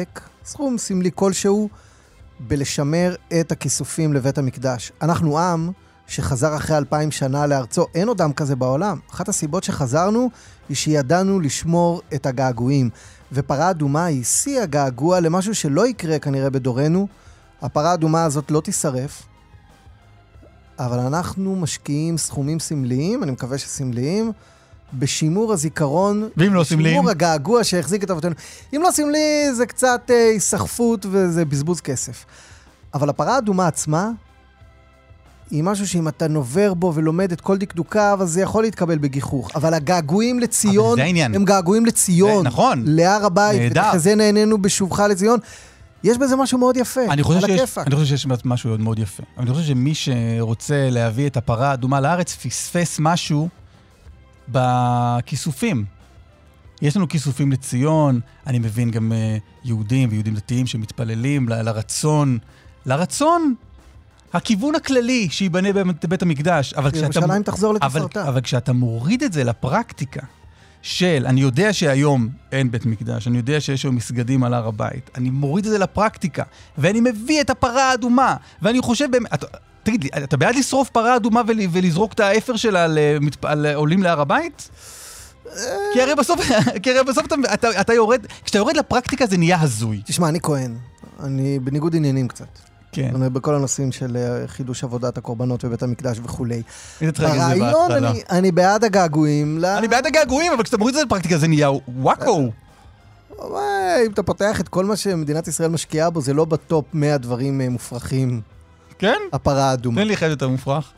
סכום סמלי כלשהו, בלשמר את הכיסופים לבית המקדש. אנחנו עם שחזר אחרי 2000 שנה לארצו, אין עוד עם כזה בעולם. אחת הסיבות שחזרנו היא שידענו לשמור את הגעגועים. ופרה אדומה היא שיא הגעגוע למשהו שלא יקרה כנראה בדורנו. הפרה האדומה הזאת לא תישרף, אבל אנחנו משקיעים סכומים סמליים, אני מקווה שסמליים, בשימור הזיכרון, ואם לא סמליים? בשימור הגעגוע שהחזיק את אבותינו. אם לא סמלי, זה קצת היסחפות וזה בזבוז כסף. אבל הפרה האדומה עצמה, היא משהו שאם אתה נובר בו ולומד את כל דקדוקיו, אז זה יכול להתקבל בגיחוך. אבל הגעגועים לציון, הם געגועים לציון. נכון. להר הבית, וכזה נהנינו בשובך לציון. יש בזה משהו מאוד יפה. אני חושב שיש משהו מאוד יפה. אני חושב שמי שרוצה להביא את הפרה האדומה לארץ, פספס משהו בכיסופים. יש לנו כיסופים לציון, אני מבין גם יהודים ויהודים דתיים שמתפללים לרצון, הכיוון הכללי שיבנה בית המקדש. ירושלים תחזור לתפארתה. אבל כשאתה מוריד את זה לפרקטיקה, אני יודע שהיום אין בית מקדש, אני יודע שיש היום מסגדים על הר הבית, אני מוריד את זה לפרקטיקה, ואני מביא את הפרה האדומה, ואני חושב, תגיד לי, אתה בעד לשרוף פרה אדומה ולזרוק את האפר שלה על עולים להר הבית? כי הרי בסוף אתה יורד, כשאתה יורד לפרקטיקה זה נהיה הזוי. תשמע, אני כהן, אני בניגוד עניינים קצת. כן. בכל הנושאים של חידוש עבודת הקורבנות ובית המקדש וכולי. ברעיון אני בעד הגעגועים. אני בעד הגעגועים, אבל כשאתה מוריד את זה לפרקטיקה זה נהיה וואקו. אם אתה פותח את כל מה שמדינת ישראל משקיעה בו, זה לא בטופ 100 דברים מופרכים. כן? הפרה האדומה. תן לי אחד יותר מופרך.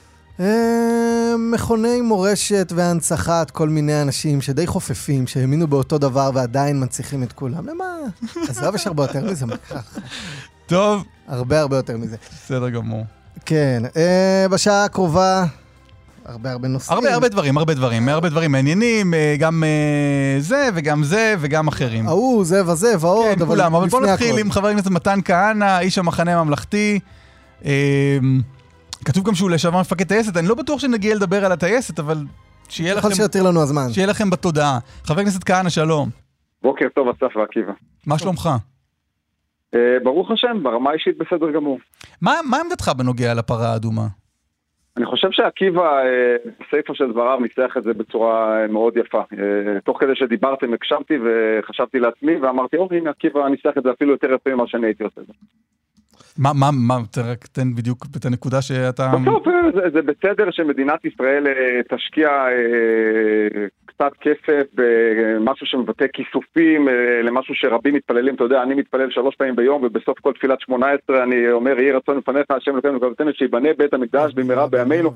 מכוני מורשת והנצחת כל מיני אנשים שדי חופפים, שהאמינו באותו דבר ועדיין מנציחים את כולם. למה? אז לא יש הרבה יותר מזה, מה כך? טוב. הרבה יותר מזה. בסדר גמור. כן, בשעה הקרובה, הרבה נושאים. הרבה דברים מעניינים, גם זה וגם זה וגם אחרים. זה וזה ועוד, כן, כולם, אבל בוא נתחיל עם חבר הכנסת מתן כהנא, איש המחנה הממלכתי. כתוב גם שהוא לשעבר מפקד טייסת, אני לא בטוח שנגיע לדבר על הטייסת, אבל שיהיה לכם... יכול שיתיר לנו הזמן. שיהיה לכם בתודעה. חבר הכנסת כהנא, שלום. בוקר טוב, אסף ועקיבא. מה שלומך? ברוך השם, ברמה אישית בסדר גמור. מה עמדתך בנוגע לפרה האדומה? אני חושב שעקיבא, בספר של דבריו, ניסח את זה בצורה מאוד יפה. תוך כדי שדיברתם, הקשבתי וחשבתי לעצמי, ואמרתי, הנה, עקיבא ניסח את זה אפילו יותר יפה ממה שאני הייתי עושה את זה. תן בדיוק את הנקודה שאתה... בסוף, זה בסדר שמדינת ישראל תשקיע קצת כסף במשהו שמבטא כיסופים למשהו שרבים מתפללים. אתה יודע, אני מתפלל 3 פעמים ביום, ובסוף כל תפילת 18 אני אומר, יהי רצון לפניך, השם אלוקינו ונותן שיבנה בית המקדש במהרה בימינו.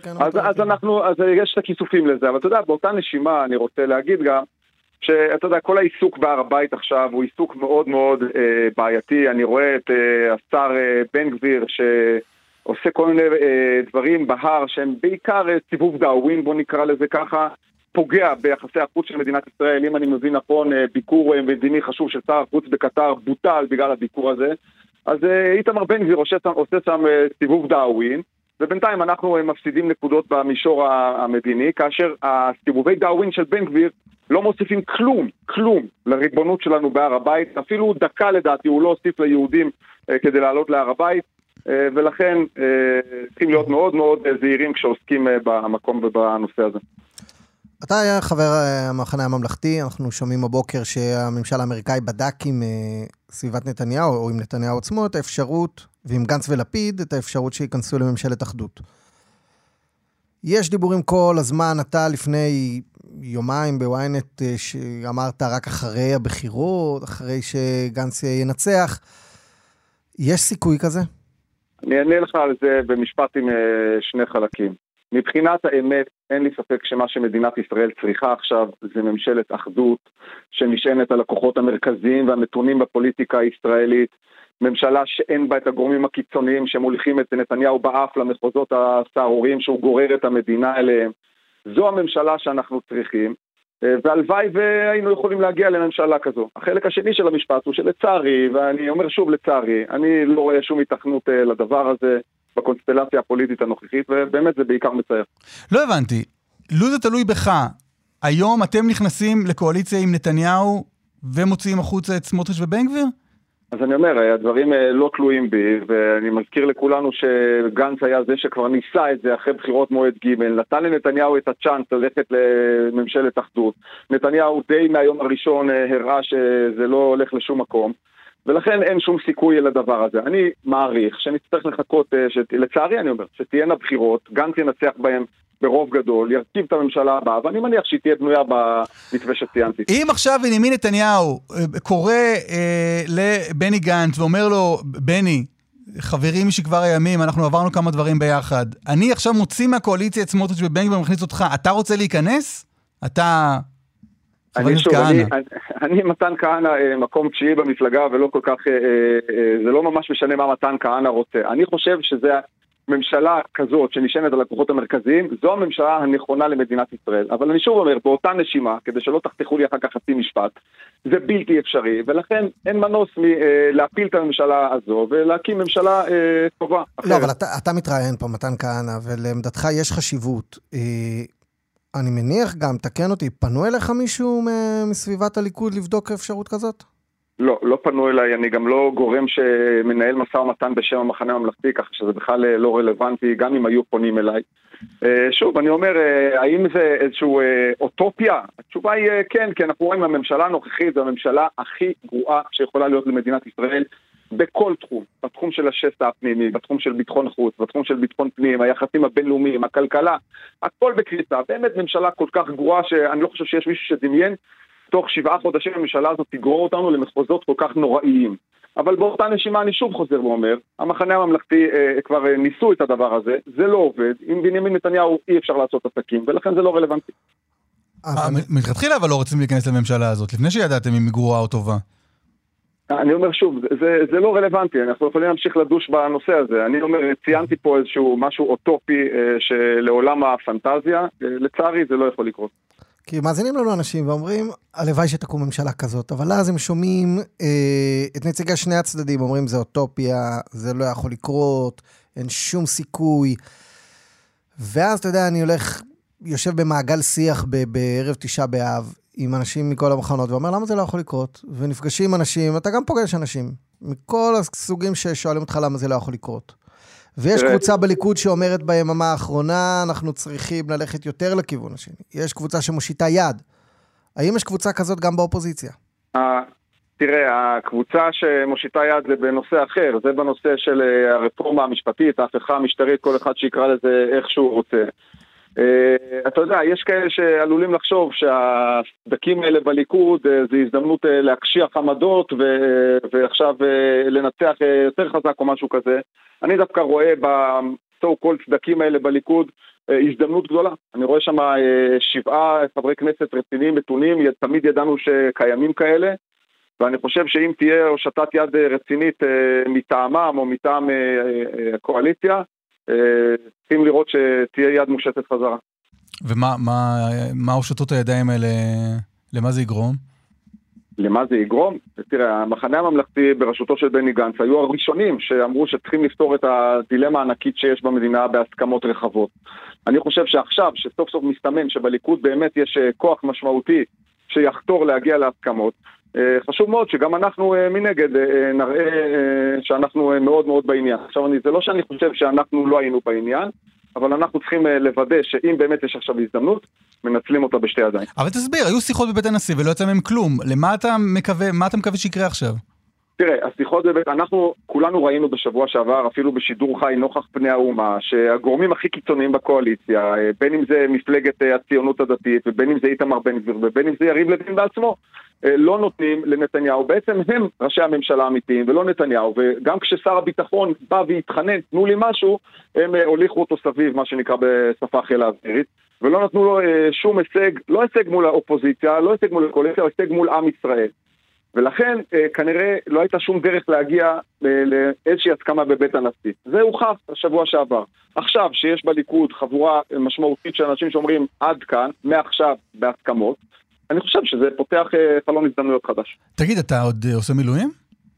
אז יש את הכיסופים לזה, אבל אתה יודע, באותה נשימה אני רוצה להגיד גם, שאתה יודע, כל העיסוק בהר הבית עכשיו הוא עיסוק מאוד מאוד בעייתי. אני רואה את השר בן גביר שעושה כל מיני דברים בהר שהם בעיקר סיבוב דאווין, בוא נקרא לזה ככה, פוגע ביחסי החוץ של מדינת ישראל. אם אני מבין נכון, ביקור מדיני חשוב של שר החוץ בקטר בוטל בגלל הביקור הזה. אז איתמר בן גביר עושה שם סיבוב דאווין, ובינתיים אנחנו מפסידים נקודות במישור המדיני, כאשר הסיבובי דאווין של בן גביר לא מוסיפים כלום לריבונות שלנו בהר הבית, אפילו דקה לדעתי הוא לא הוסיף ליהודים כדי לעלות להר הבית, ולכן צריכים להיות מאוד מאוד זהירים כשעוסקים במקום ובנושא הזה. אתה היה חבר המחנה הממלכתי, אנחנו שומעים הבוקר שהממשל האמריקאי בדק עם סביבת נתניהו, או עם נתניהו עצמו, את האפשרות, ועם גנץ ולפיד, את האפשרות שיכנסו לממשלת אחדות. יש דיבורים כל הזמן, אתה לפני יומיים בוויינט שאמרת רק אחרי הבחירות, אחרי שגנץ ינצח, יש סיכוי כזה? אני אענה לך על זה במשפט עם 2 חלקים. מבחינת האמת, אין לי ספק שמה שמדינת ישראל צריכה עכשיו זה ממשלת אחדות שנשענת על הכוחות המרכזיים והמתונים בפוליטיקה הישראלית, ממשלה שאין בה את הגורמים הקיצוניים שמוליכים את נתניהו באף למחוזות הסהרוריים שהוא גורר את המדינה אליהם. זו הממשלה שאנחנו צריכים, והלוואי והיינו יכולים להגיע לממשלה כזו. החלק השני של המשפט הוא שלצערי, ואני אומר שוב לצערי, אני לא רואה שום התכנות לדבר הזה בקונסטלציה הפוליטית הנוכחית, ובאמת זה בעיקר מצער. לא הבנתי, לו זה תלוי בך, היום אתם נכנסים לקואליציה עם נתניהו ומוציאים החוצה את סמוטריץ' ובן גביר? אז אני אומר, הדברים לא תלויים בי, ואני מזכיר לכולנו שגנץ היה זה שכבר ניסה את זה אחרי בחירות מועד ג', נתן לנתניהו את הצ'אנס ללכת לממשלת אחדות. נתניהו די מהיום הראשון הראה שזה לא הולך לשום מקום, ולכן אין שום סיכוי לדבר הזה. אני מעריך שנצטרך לחכות, לצערי אני אומר, שתהיינה בחירות, גנץ ינצח בהם ברוב גדול, ירכיב את הממשלה הבאה, ואני מניח שהיא תהיה בנויה במתווה שציינתי. אם עכשיו בנימין נתניהו קורא לבני גנץ ואומר לו, בני, חברים משכבר הימים, אנחנו עברנו כמה דברים ביחד, אני עכשיו מוציא מהקואליציה את סמוטריץ' ובן גביר ומכניס אותך, אתה רוצה להיכנס? אתה... אני מתן כהנא מקום 9 במפלגה, ולא כל כך, זה לא ממש משנה מה מתן כהנא רוצה. אני חושב שזה ממשלה כזאת שנשענת על הכוחות המרכזיים, זו הממשלה הנכונה למדינת ישראל. אבל אני שוב אומר, באותה נשימה, כדי שלא תחתכו לי אחר כך חצי משפט, זה בלתי אפשרי, ולכן אין מנוס להפיל את הממשלה הזו ולהקים ממשלה טובה. לא, אבל אתה מתראיין פה, מתן כהנא, ולעמדתך יש חשיבות. אני מניח גם, תקן אותי, פנו אליך מישהו מסביבת הליכוד לבדוק אפשרות כזאת? לא פנו אליי, אני גם לא גורם שמנהל משא ומתן בשם המחנה הממלכתי, ככה שזה בכלל לא רלוונטי, גם אם היו פונים אליי. שוב, אני אומר, האם זה איזשהו אוטופיה? התשובה היא כן, כי אנחנו רואים הממשלה הנוכחית, זו הממשלה הכי גרועה שיכולה להיות למדינת ישראל, בכל תחום, בתחום של השסע הפנימי, בתחום של ביטחון חוץ, בתחום של ביטחון פנים, היחסים הבינלאומיים, הכלכלה, הכל בקריסה. באמת ממשלה כל כך גרועה שאני לא חושב שיש מישהו שדמיין, תוך 7 חודשים הממשלה הזאת תגרור אותנו למחוזות כל כך נוראיים. אבל באותה נשימה אני שוב חוזר ואומר, המחנה הממלכתי כבר ניסו את הדבר הזה, זה לא עובד, עם בנימין נתניהו אי אפשר לעשות עסקים, ולכן זה לא רלוונטי. מלכתחילה אבל לא רוצים להיכנס לממשלה הזאת, לפני שידעתם אם היא גרועה או טובה. אני אומר שוב, זה לא רלוונטי, אנחנו יכולים להמשיך לדוש בנושא הזה. אני אומר, ציינתי פה איזשהו משהו אוטופי שלעולם הפנטזיה, לצערי זה לא יכול לקרות. כי מאזינים לנו אנשים ואומרים, הלוואי שתקום ממשלה כזאת, אבל אז הם שומעים את נציגי שני הצדדים, אומרים זה אוטופיה, זה לא יכול לקרות, אין שום סיכוי. ואז אתה יודע, אני יושב במעגל שיח בערב 9 באב, עם אנשים מכל המחנות, ואומר, למה זה לא יכול לקרות? ונפגשים עם אנשים, אתה גם פוגש אנשים, מכל הסוגים ששואלים אותך למה זה לא יכול לקרות. ויש קבוצה בליכוד שאומרת ביממה האחרונה, אנחנו צריכים ללכת יותר לכיוון השני. יש קבוצה שמושיטה יד. האם יש קבוצה כזאת גם באופוזיציה? תראה, הקבוצה שמושיטה יד זה בנושא אחר, זה בנושא של הרפורמה המשפטית, ההפיכה המשטרית, כל אחד שיקרא לזה איך שהוא רוצה. אתה יודע, יש כאלה שעלולים לחשוב שהסדקים האלה בליכוד זה הזדמנות להקשיח עמדות ועכשיו לנצח יותר חזק או משהו כזה. אני דווקא רואה בסו קול סדקים האלה בליכוד הזדמנות גדולה. אני רואה שם 7 חברי כנסת רציניים מתונים, תמיד ידענו שקיימים כאלה, ואני חושב שאם תהיה הושטת יד רצינית מטעמם או מטעם הקואליציה, צריכים לראות שתהיה יד מושטת חזרה. ומה הושטות הידיים האלה, למה זה יגרום? למה זה יגרום? תראה, המחנה הממלכתי בראשותו של בני גנץ היו הראשונים שאמרו שצריכים לפתור את הדילמה הענקית שיש במדינה בהסכמות רחבות. אני חושב שעכשיו, שסוף סוף מסתמן שבליכוד באמת יש כוח משמעותי שיחתור להגיע להסכמות, חשוב מאוד שגם אנחנו מנגד נראה שאנחנו מאוד מאוד בעניין. עכשיו, זה לא שאני חושב שאנחנו לא היינו בעניין, אבל אנחנו צריכים לוודא שאם באמת יש עכשיו הזדמנות, מנצלים אותה בשתי ידיים. אבל תסביר, היו שיחות בבית הנשיא ולא יצא מהם כלום. מה אתה מקווה שיקרה עכשיו? תראה, השיחות בבית, אנחנו כולנו ראינו בשבוע שעבר, אפילו בשידור חי נוכח פני האומה, שהגורמים הכי קיצוניים בקואליציה, בין אם זה מפלגת הציונות הדתית, ובין אם זה איתמר בן גביר, ובין אם זה יריב לוין בעצמו, לא נותנים לנתניהו, בעצם הם ראשי הממשלה האמיתיים ולא נתניהו, וגם כששר הביטחון בא והתחנן, תנו לי משהו, הם הוליכו אותו סביב, מה שנקרא בשפה חיל האווירית, ולא נתנו לו שום הישג, לא הישג מול האופוזיציה, לא הישג מול הקואליציה, הישג מול עם ישראל. ולכן כנראה לא הייתה שום דרך להגיע לאיזושהי הסכמה בבית הנשיא. זה הוכח השבוע שעבר. עכשיו שיש בליכוד חבורה משמעותית של אנשים שאומרים עד כאן, מעכשיו בהסכמות, אני חושב שזה פותח חלון הזדמנויות חדש. תגיד, אתה עוד עושה מילואים?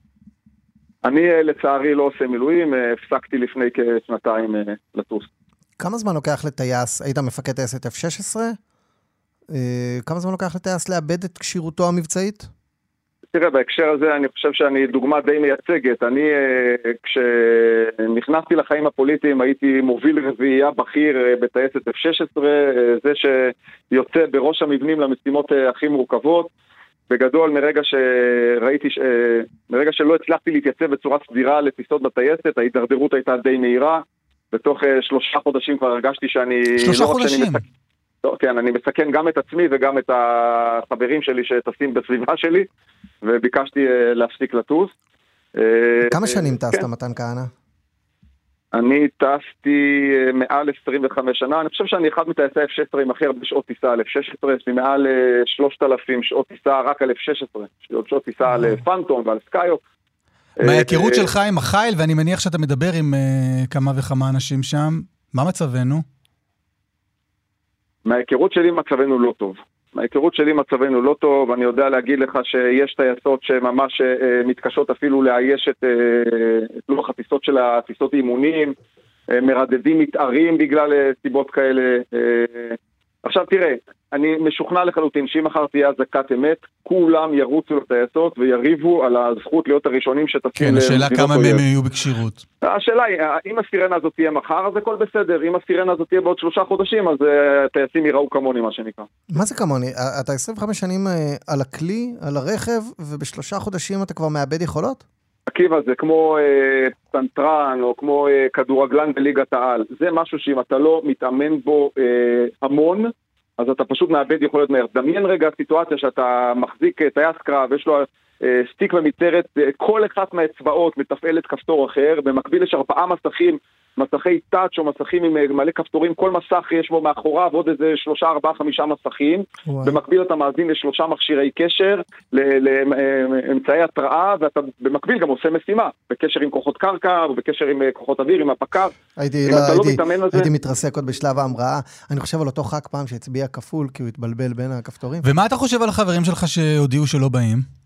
אני לצערי לא עושה מילואים, הפסקתי לפני כשנתיים לטוס. כמה זמן לוקח לטייס? היית מפקד טייסת F-16? כמה זמן לוקח לטייס לאבד את כשירותו המבצעית? תראה, בהקשר הזה אני חושב שאני דוגמה די מייצגת. אני, כשנכנסתי לחיים הפוליטיים, הייתי מוביל רביעייה בכיר בטייסת F-16, זה שיוצא בראש המבנים למשימות הכי מורכבות. בגדול, מרגע שלא הצלחתי להתייצב בצורה סדירה לטיסות בטייסת, ההידרדרות הייתה די מהירה. בתוך 3 חודשים כבר הרגשתי שאני... 3 חודשים? כן, אני מסכן גם את עצמי וגם את החברים שלי שטסים בסביבה שלי, וביקשתי להפסיק לטוס. כמה שנים טסת, מתן כהנא? אני טסתי מעל 25 שנה, אני חושב שאני אחד מטייסי F-16 עם הכי הרבה שעות טיסה על F-16, יש לי מעל 3,000 שעות טיסה רק על F-16, שעות טיסה על פנטום ועל סקאיו. מההיכרות שלך עם החיל, ואני מניח שאתה מדבר עם כמה וכמה אנשים שם, מה מצבנו? מההיכרות שלי מצבנו לא טוב. אני יודע להגיד לך שיש טייסות שממש מתקשות אפילו לאייש את לוח הטיסות של הטיסות אימונים, מרדדים מתארים בגלל סיבות כאלה. עכשיו תראה, אני משוכנע לחלוטין שאם מחר תהיה אזעקת אמת, כולם ירוצו לטייסות ויריבו על הזכות להיות הראשונים שטסים. כן, השאלה כמה מהם יהיו בקשירות. השאלה היא, אם הסירנה הזאת תהיה מחר, אז הכל בסדר. אם הסירנה הזאת תהיה בעוד 3 חודשים, אז טייסים יראו כמוני, מה שנקרא. מה זה כמוני? אתה 25 שנים על הכלי, על הרכב, וב3 חודשים אתה כבר מאבד יכולות? עקיבא, זה כמו פנטרן או כמו כדורגלן בליגת העל. זה משהו שאם אתה לא מתאמן בו המון, אז אתה פשוט מאבד יכולת מהר. דמיין רגע סיטואציה שאתה מחזיק טייס קרב, יש לו סטיק ומיצרת, כל אחת מהאצבעות מתפעלת כפתור אחר, במקביל יש 4 מסכים, מסכי טאץ' או מסכים עם מלא כפתורים, כל מסך יש בו מאחוריו עוד איזה 3, 4, 5 מסכים, במקביל אתה מאזין ל3 מכשירי קשר, לאמצעי התראה, ואתה במקביל גם עושה משימה, בקשר עם כוחות קרקע, ובקשר עם כוחות אוויר, עם הפקר. הייתי מתרסק עוד בשלב ההמראה. אני חושב על אותו ח"כ פעם שהצביע כפול, כי הוא התבלבל בין הכפתורים. ומה אתה חושב על החברים שלך שהודיעו שלא באים?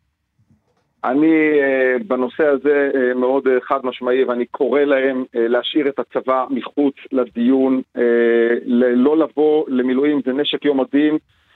אני בנושא הזה מאוד חד משמעי, ואני קורא להם להשאיר את הצבא מחוץ לדיון, לא לבוא למילואים, זה נשק יום הדין,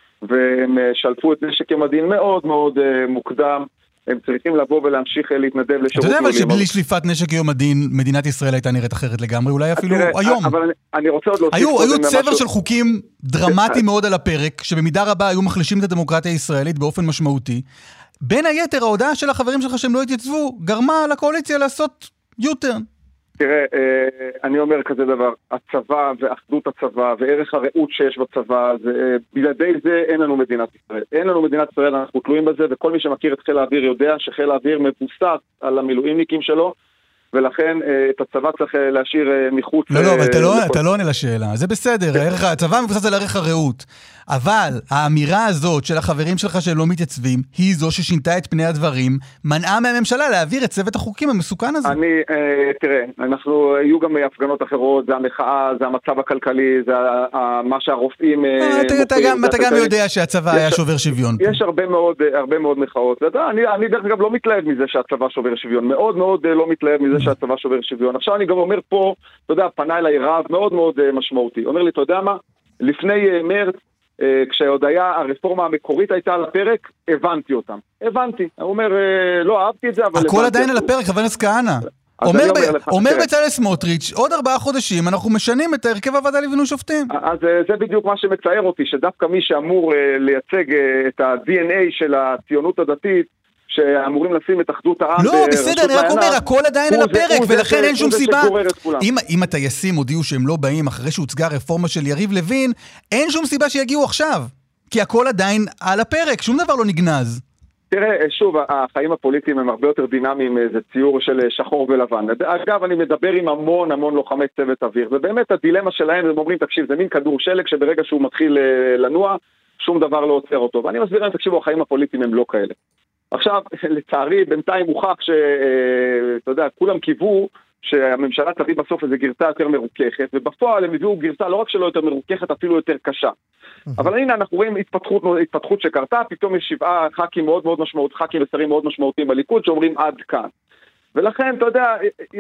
והם שלפו את נשק יום הדין מאוד מאוד מוקדם, הם צריכים לבוא ולהמשיך להתנדב לשירות מילואים. אתה יודע אבל שבלי שליפת נשק יום הדין, מדינת ישראל הייתה נראית אחרת לגמרי, אולי אפילו היום. אבל אני רוצה עוד להוסיף... היו צבר של חוקים דרמטיים מאוד על הפרק, שבמידה רבה היו מחלישים את הדמוקרטיה הישראלית באופן משמעותי. בין היתר, ההודעה של החברים שלך שהם לא התייצבו, גרמה לקואליציה לעשות יוטרן. תראה, אני אומר כזה דבר, הצבא ואחדות הצבא וערך הרעות שיש בצבא, בלעדי זה אין לנו מדינת ישראל. אין לנו מדינת ישראל, אנחנו תלויים בזה, וכל מי שמכיר את חיל האוויר יודע שחיל האוויר מבוסס על המילואימניקים שלו, ולכן את הצבא צריך להשאיר מחוץ... לא, אבל אתה לא עונה לשאלה, זה בסדר, הצבא מבוסס על ערך הרעות, אבל האמירה הזאת של החברים שלך שהם לא מתייצבים, היא זו ששינתה את פני הדברים, מנעה מהממשלה להעביר את צוות החוקים המסוכן הזה. תראה, יהיו גם הפגנות אחרות, זה המחאה, זה המצב הכלכלי, זה מה שהרופאים... אתה גם יודע שהצבא היה שובר שוויון. יש הרבה מאוד מחאות. אני דרך אגב לא מתלהב מזה שהצבא שובר שוויון, מאוד מאוד לא מתלהב מזה שהצבא שובר שוויון. עכשיו אני גם אומר פה, אתה יודע, פנה אליי רב מאוד מאוד משמעותי. אומר לי, אתה יודע מה? לפני מרץ, כשעוד היה, הרפורמה המקורית הייתה על הפרק, הבנתי אותם. הבנתי. הוא אומר, לא אהבתי את זה, אבל... הכל עדיין על הפרק, חבר הכנסת כהנא. אומר בצלאל סמוטריץ', עוד 4 חודשים אנחנו משנים את הרכב הוועדה למינוי שופטים. אז זה בדיוק מה שמצער אותי, שדווקא מי שאמור לייצג את ה-DNA של הציונות הדתית, שאמורים לשים את אחדות העם... לא, בסדר, אני רק אומר, הכל עדיין על הפרק, ולכן אין שום סיבה. אם הטייסים הודיעו שהם לא באים אחרי שהוצגה רפורמה של יריב לוין, אין שום סיבה שיגיעו עכשיו, כי הכל עדיין על הפרק, שום דבר לא נגנז. תראה, שוב, החיים הפוליטיים הם הרבה יותר דינמיים, זה ציור של שחור ולבן. אגב, אני מדבר עם המון לוחמי צוות אוויר, ובאמת הדילמה שלהם, הם אומרים, תקשיב, זה מין כדור שלג שברגע שהוא מתחיל לנוע, שום דבר לא עוצר אותו. ואני מסביר להם, תקשיבו, החיים הפוליטיים הם לא כאלה. עכשיו, לצערי, בינתיים הוכח שאתה יודע, כולם קיוו שהממשלה תביא בסוף איזו גרסה יותר מרוככת, ובפועל הם הביאו גרסה לא רק שלא יותר מרוככת, אפילו יותר קשה. אבל הנה אנחנו רואים התפתחות שקרתה, פתאום יש 7 ח"כים מאוד מאוד משמעותיים, ח"כים ושרים מאוד משמעותיים בליכוד, שאומרים עד כאן. ולכן, אתה יודע,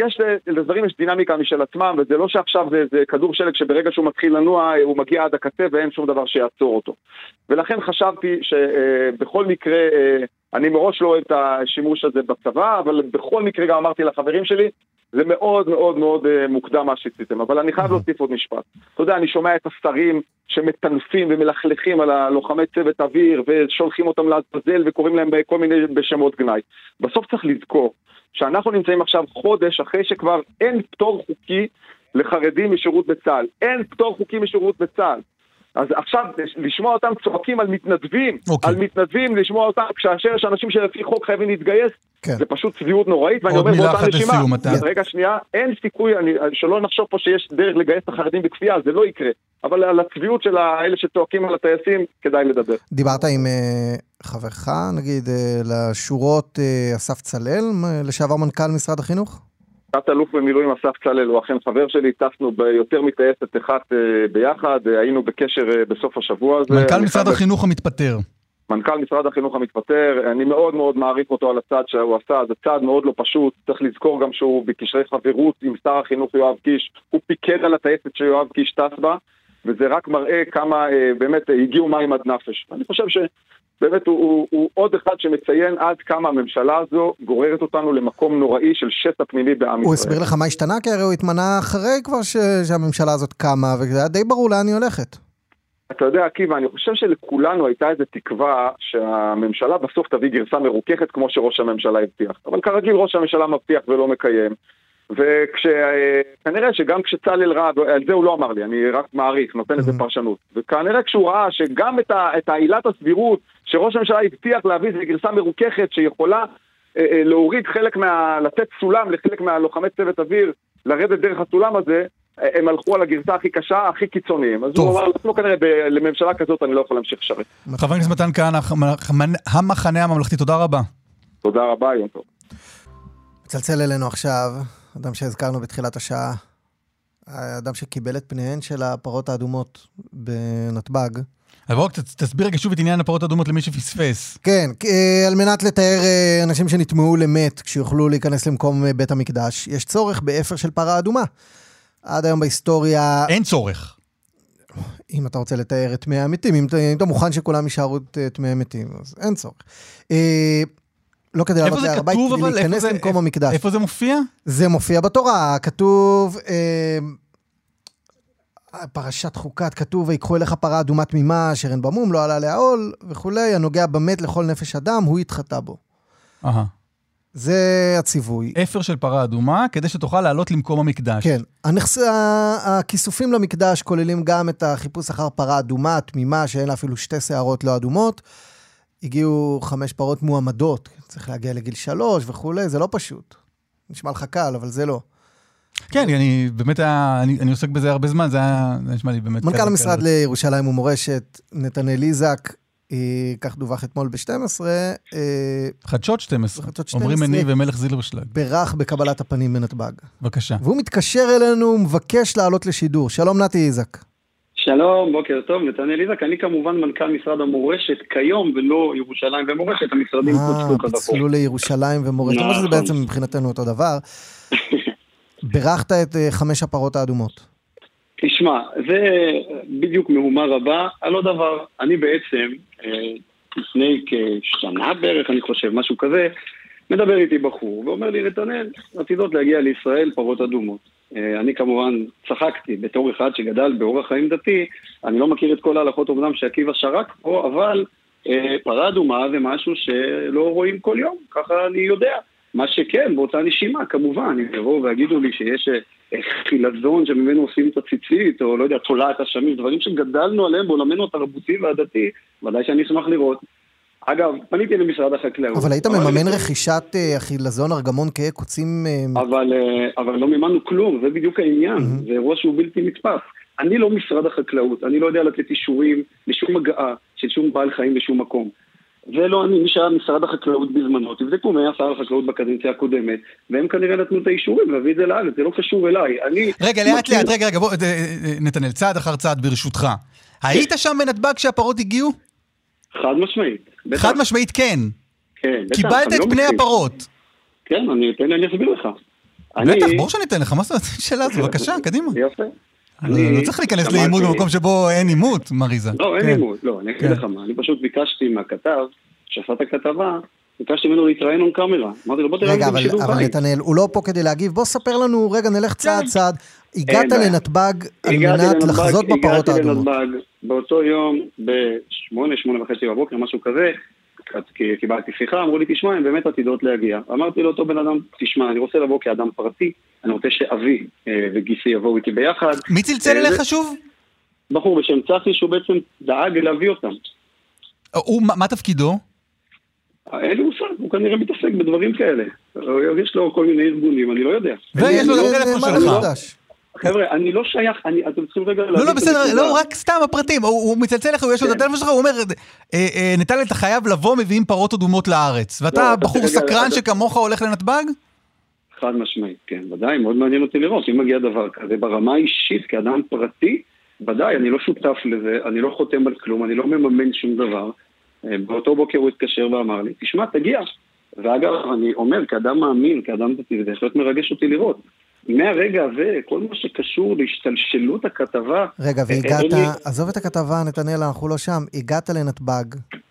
לדברים יש דינמיקה משל עצמם, וזה לא שעכשיו זה כדור שלג שברגע שהוא מתחיל לנוע, הוא מגיע עד הקצה ואין שום דבר שיעצור אותו. ולכן חשבתי שבכל מקרה, אני מראש לא אוהב את השימוש הזה בצבא, אבל בכל מקרה גם אמרתי לחברים שלי, זה מאוד מאוד מאוד מוקדם מה שעשיתם, אבל אני חייב להוסיף עוד משפט. אתה יודע, אני שומע את השרים שמטנפים ומלכלכים על הלוחמי צוות אוויר, ושולחים אותם לעזאזל וקוראים להם כל מיני בשמות גנאי. בסוף צריך לזכור שאנחנו נמצאים עכשיו חודש אחרי שכבר אין פטור חוקי לחרדים משירות בצה"ל. אין פטור חוקי משירות בצה"ל. אז עכשיו לשמוע אותם צועקים על מתנדבים, על מתנדבים, לשמוע אותם כאשר יש אנשים שלפי חוק חייבים להתגייס, זה פשוט צביעות נוראית, ואני אומר באותה נשימה, רגע שנייה, אין סיכוי, שלא נחשוב פה שיש דרך לגייס את החרדים בכפייה, זה לא יקרה, אבל על הצביעות של האלה שצועקים על הטייסים, כדאי לדבר. דיברת עם חברך, נגיד, לשורות אסף צלל, לשעבר מנכ"ל משרד החינוך? תת אלוף במילואים אסף צלל, הוא אכן חבר שלי, טסנו ביותר מטייסת אחת ביחד, היינו בקשר בסוף השבוע הזה. מנכ"ל משרד החינוך המתפטר. מנכ"ל משרד החינוך המתפטר, אני מאוד מאוד מעריך אותו על הצעד שהוא עשה, זה צעד מאוד לא פשוט, צריך לזכור גם שהוא בקשרי חברות עם שר החינוך יואב קיש, הוא פיקד על הטייסת שיואב קיש טס בה, וזה רק מראה כמה באמת הגיעו מים עד נפש. אני חושב שבאמת הוא עוד אחד שמציין עד כמה הממשלה הזו גוררת אותנו למקום נוראי של שסע פנימי בעם ישראל. הוא הסביר לך מה השתנה? כי הרי הוא התמנה אחרי כבר שהממשלה הזאת קמה, וזה היה די ברור לאן היא הולכת. אתה יודע, עקיבא, אני חושב שלכולנו הייתה איזו תקווה שהממשלה בסוף תביא גרסה מרוככת כמו שראש הממשלה הבטיח. אבל כרגיל ראש הממשלה מבטיח ולא מקיים. וכנראה שגם כשצלל רב, על זה הוא לא אמר לי, אני רק מעריך, נותן איזה פרשנות. וכנראה כשהוא ראה שגם את העילת הסבירות שראש הממשלה הבטיח להביא איזו גרסה מרוככת שיכולה להוריד חלק לתת סולם לחלק מהלוחמי צוות אוויר, לרדת דרך הסולם הזה, הם הלכו על הגרסה הכי קשה, הכי קיצוניים. אז הוא אמר, לא כנראה, לממשלה כזאת אני לא יכול להמשיך לשרת. חבר הכנסת מתן כהנא, המחנה הממלכתי, תודה רבה. תודה רבה, יום טוב. מצלצל אלינו עכשיו, אדם שהזכרנו בתחילת השעה, האדם שקיבל את פניהן של הפרות האדומות בנתב"ג. אז בואו, תסביר רגע שוב את עניין הפרות האדומות למי שפספס. כן, על מנת לתאר אנשים שנטמעו למת כשיוכלו להיכנס למקום בית המקדש, יש צורך באפר של פרה אדומה. עד היום בהיסטוריה... אין צורך. אם אתה רוצה לתאר את טמאי המתים, אם אתה מוכן שכולם יישארו טמאי המתים, אז אין צורך. לא כדי לעלות להר הבית, כדי להיכנס למקום המקדש. איפה זה מופיע? זה מופיע בתורה, כתוב... פרשת חוקת, כתוב, ויקחו אליך פרה אדומה תמימה, אשר אין במום, לא עלה לעול, וכולי, הנוגע במת לכל נפש אדם, הוא יתחטא בו. זה הציווי. אפר של פרה אדומה, כדי שתוכל לעלות למקום המקדש. כן. הכיסופים למקדש כוללים גם את החיפוש אחר פרה אדומה, תמימה, שאין לה אפילו 2 שערות לא אדומות. הגיעו 5 פרות מועמדות, צריך להגיע לגיל 3 וכולי, זה לא פשוט. נשמע לך קל, אבל זה לא. כן, אני באמת, אני עוסק בזה הרבה זמן, זה נשמע לי באמת... מנכ"ל המשרד לירושלים ומורשת, נתנאל איזק, כך דווח אתמול ב-12. חדשות 12. אומרים אני ומלך זילברשלג. ברח בקבלת הפנים בנתב"ג. בבקשה. והוא מתקשר אלינו ומבקש לעלות לשידור. שלום נתי איזק. שלום, בוקר טוב, נתנאל איזק. אני כמובן מנכ"ל משרד המורשת כיום, ולא ירושלים ומורשת, המשרדים פוצלו כזכור. פוצלו לירושלים ומורשת. מה שזה בעצם מבחינתנו אותו דבר. ברחת את 5 הפרות האדומות. תשמע, זה בדיוק מהומה רבה על לא דבר. אני בעצם, לפני כשנה בערך, אני חושב, משהו כזה, מדבר איתי בחור, ואומר לי, נתנאל, עתידות להגיע לישראל פרות אדומות. אני כמובן צחקתי בתור אחד שגדל באורח חיים דתי, אני לא מכיר את כל ההלכות אומנם שעקיבא שרק פה, אבל פרה אדומה זה משהו שלא רואים כל יום, ככה אני יודע. מה שכן, באותה נשימה, כמובן, אם יבואו והגידו לי שיש חילזון שממנו עושים את הציצית, או לא יודע, תולעת השמיש, דברים שגדלנו עליהם בעולמנו התרבותי והדתי, ודאי שאני אשמח לראות. אגב, פניתי למשרד החקלאות. אבל היית מממן רכישת החילזון ארגמון כקוצים... אבל לא מימנו כלום, זה בדיוק העניין, זה אירוע שהוא בלתי נתפס. אני לא משרד החקלאות, אני לא יודע לתת אישורים לשום הגעה של שום בעל חיים בשום מקום. ולא אני, מי שהיה משרד החקלאות בזמנו, תבדקו מי היה שר החקלאות בקדנציה הקודמת, והם כנראה נתנו את האישורים להביא את זה לארץ, זה לא קשור אליי. רגע, רגע, בוא, נתנאל, צעד אחר צעד ברשותך. היית שם בנתב"ג כשהפרות הגיעו? חד משמעית. חד משמעית כן. כן, בטח. קיבלת את פני הפרות. כן, אני אסביר לך. בטח, ברור שאני אתן לך, מה זאת שאלה הזו? בבקשה, קדימה. יפה. לא צריך להיכנס לאימות במקום שבו אין אימות, מריזה. לא, אין אימות, לא, אני אגיד לך מה. אני פשוט ביקשתי מהכתב, שעשה את הכתבה, ביקשתי ממנו להתראיין on קאמרה. אמרתי לו, בוא תראה רגע, לי בשידור אבל חי. נתנאל, הוא לא פה כדי להגיב. בוא ספר לנו, רגע, נלך צעד צעד. הגעת לנתב"ג על מנת לחזות בפרות האדומות. הגעתי לנתב"ג באותו יום ב-8:30 בבוקר, משהו כזה, קיבלתי שיחה, אמרו לי, תשמע, הם באמת עתידות להגיע. אמרתי לאותו בן אדם, תשמע, אני רוצה לבוא כאדם פרטי, אני רוצה שאבי וגיסי יבואו איתי ביחד. מי צלצל אליך שוב? בחור בשם צחי, שהוא בעצם דאג להביא אותם. מה תפקידו? אין לי מושג, הוא כנראה מתעסק בדברים כאלה. יש לו כל מיני ארגונים, אני לא יודע. ויש לו טלפון שלך. חבר'ה, אני לא שייך, אתם צריכים רגע... לא, בסדר, לא, רק סתם הפרטים. הוא מצלצל לך, יש לו את הטלפון שלך, הוא אומר, נטל, אתה חייב לבוא, מביאים פרות אדומות לארץ. ואתה בחור סקרן שכמוך הולך לנתב"ג? חד משמעית, כן, ודאי, מאוד מעניין אותי לראות. אם מגיע דבר כזה, ברמה האישית, כאדם פרטי, ודאי, אני לא שותף לזה, אני לא חותם על כלום, אני לא מממן שום דבר. באותו בוקר הוא התקשר ואמר לי, תשמע, תגיע. ואגב, אני אומר, כאדם מאמין, כאדם דתי, זה בהחלט מרגש אותי לראות. מהרגע הזה, כל מה שקשור להשתלשלות הכתבה... רגע, והגעת, עזוב את הכתבה, נתנאל, אנחנו לא שם, הגעת לנתב"ג,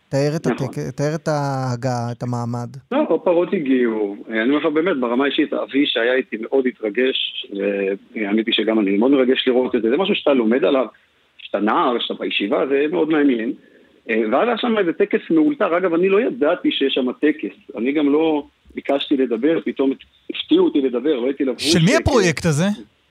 תאר את ההגעה, את המעמד. לא, הפרות הגיעו, אני אומר לך באמת, ברמה האישית, אבי שהיה איתי מאוד התרגש, והאמיתי שגם אני מאוד מרגש לראות את זה, זה משהו שאתה לומד עליו, שאתה נער, שאתה בישיבה, זה מאוד מעניין. ואז היה שם איזה טקס מאולתר, אגב, אני לא ידעתי שיש שם טקס, אני גם לא... ביקשתי לדבר, פתאום הפתיעו אותי לדבר, לא הייתי לבוש. של מי הפרויקט הזה?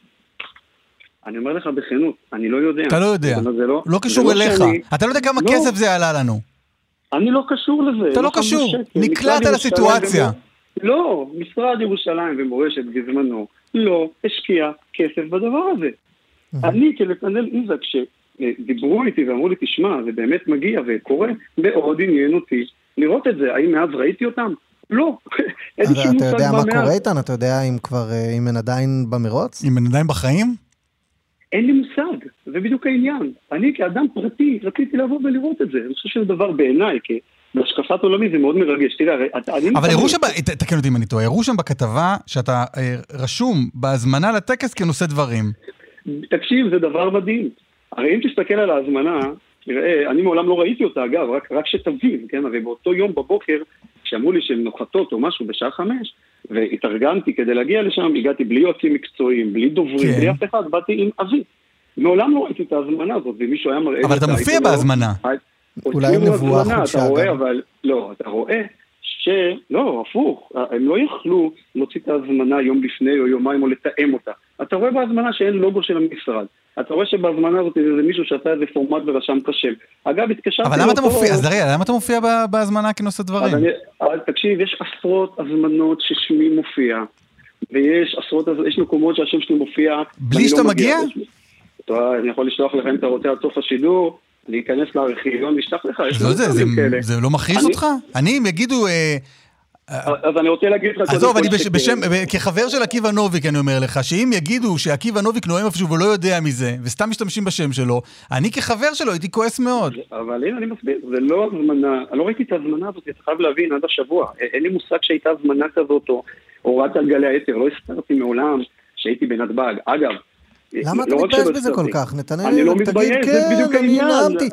אני אומר לך בכנות, אני לא יודע. אתה לא יודע, לא קשור אליך. אתה לא יודע כמה כסף זה עלה לנו. אני לא קשור לזה. אתה לא קשור, נקלעת על הסיטואציה. לא, משרד ירושלים ומורשת בזמנו לא השקיע כסף בדבר הזה. אני כנתנאל איזק שדיברו איתי ואמרו לי, תשמע, זה באמת מגיע וקורה, מאוד עניין אותי לראות את זה. האם מאז ראיתי אותם? לא. אתה יודע מה קורה איתן? אתה יודע אם הן עדיין במרוץ? אם הן עדיין בחיים? אין לי מושג, זה בדיוק העניין. אני כאדם פרטי רציתי לבוא ולראות את זה. אני חושב שזה דבר בעיניי, כי בהשקפת עולמי זה מאוד מרגש. תראה, אבל הראו שם, תקן אותי אם אני טועה, הראו שם בכתבה שאתה רשום בהזמנה לטקס כנושא דברים. תקשיב, זה דבר מדהים. הרי אם תסתכל על ההזמנה, תראה, אני מעולם לא ראיתי אותה, אגב, רק שתבין, כן? הרי באותו יום בבוקר, שאמרו לי שהן נוחתות או משהו בשעה 5, והתארגנתי כדי להגיע לשם, הגעתי בלי יועצים מקצועיים, בלי דוברים, בלי אף אחד, באתי עם אבי. מעולם לא ראיתי את ההזמנה הזאת, ומישהו היה מראה... אבל אתה מופיע בהזמנה. אולי נבואה חודשה גם. לא, אתה רואה לא, הפוך, הם לא יכלו להוציא את ההזמנה יום לפני או יומיים או לתאם אותה. אתה רואה בהזמנה שאין לוגו של המשרד. אתה רואה שבהזמנה הזאת זה מישהו שאתה איזה פורמט ורשם את השם. אגב, התקשרתי... אבל למה אתה מופיע? אז למה אתה מופיע בהזמנה כנושא דברים? תקשיב, יש עשרות הזמנות ששמי מופיע, ויש יש מקומות שהשם שלי מופיע... בלי שאתה מגיע? אני יכול לשלוח לכם את הרוטה עד סוף השידור, להיכנס לארכיון, לשלח לך, זה לא מכריז אותך? אני, אם יגידו... אז אני רוצה להגיד לך... עזוב, אני כחבר של עקיבא נוביק, אני אומר לך, שאם יגידו שעקיבא נוביק נואם איפשהו ולא יודע מזה, וסתם משתמשים בשם שלו, אני כחבר שלו הייתי כועס מאוד. אבל הנה, אני מסביר, זה לא הזמנה, אני לא ראיתי את ההזמנה הזאת, אתה חייב להבין עד השבוע, אין לי מושג שהייתה הזמנה כזאת, או רק על גלי היתר, לא הסתרתי מעולם שהייתי בנתב"ג. אגב, למה אתה מתבייש בזה כל כך? נתנאל, אני לא מתבייש, זה בדיוק העניין.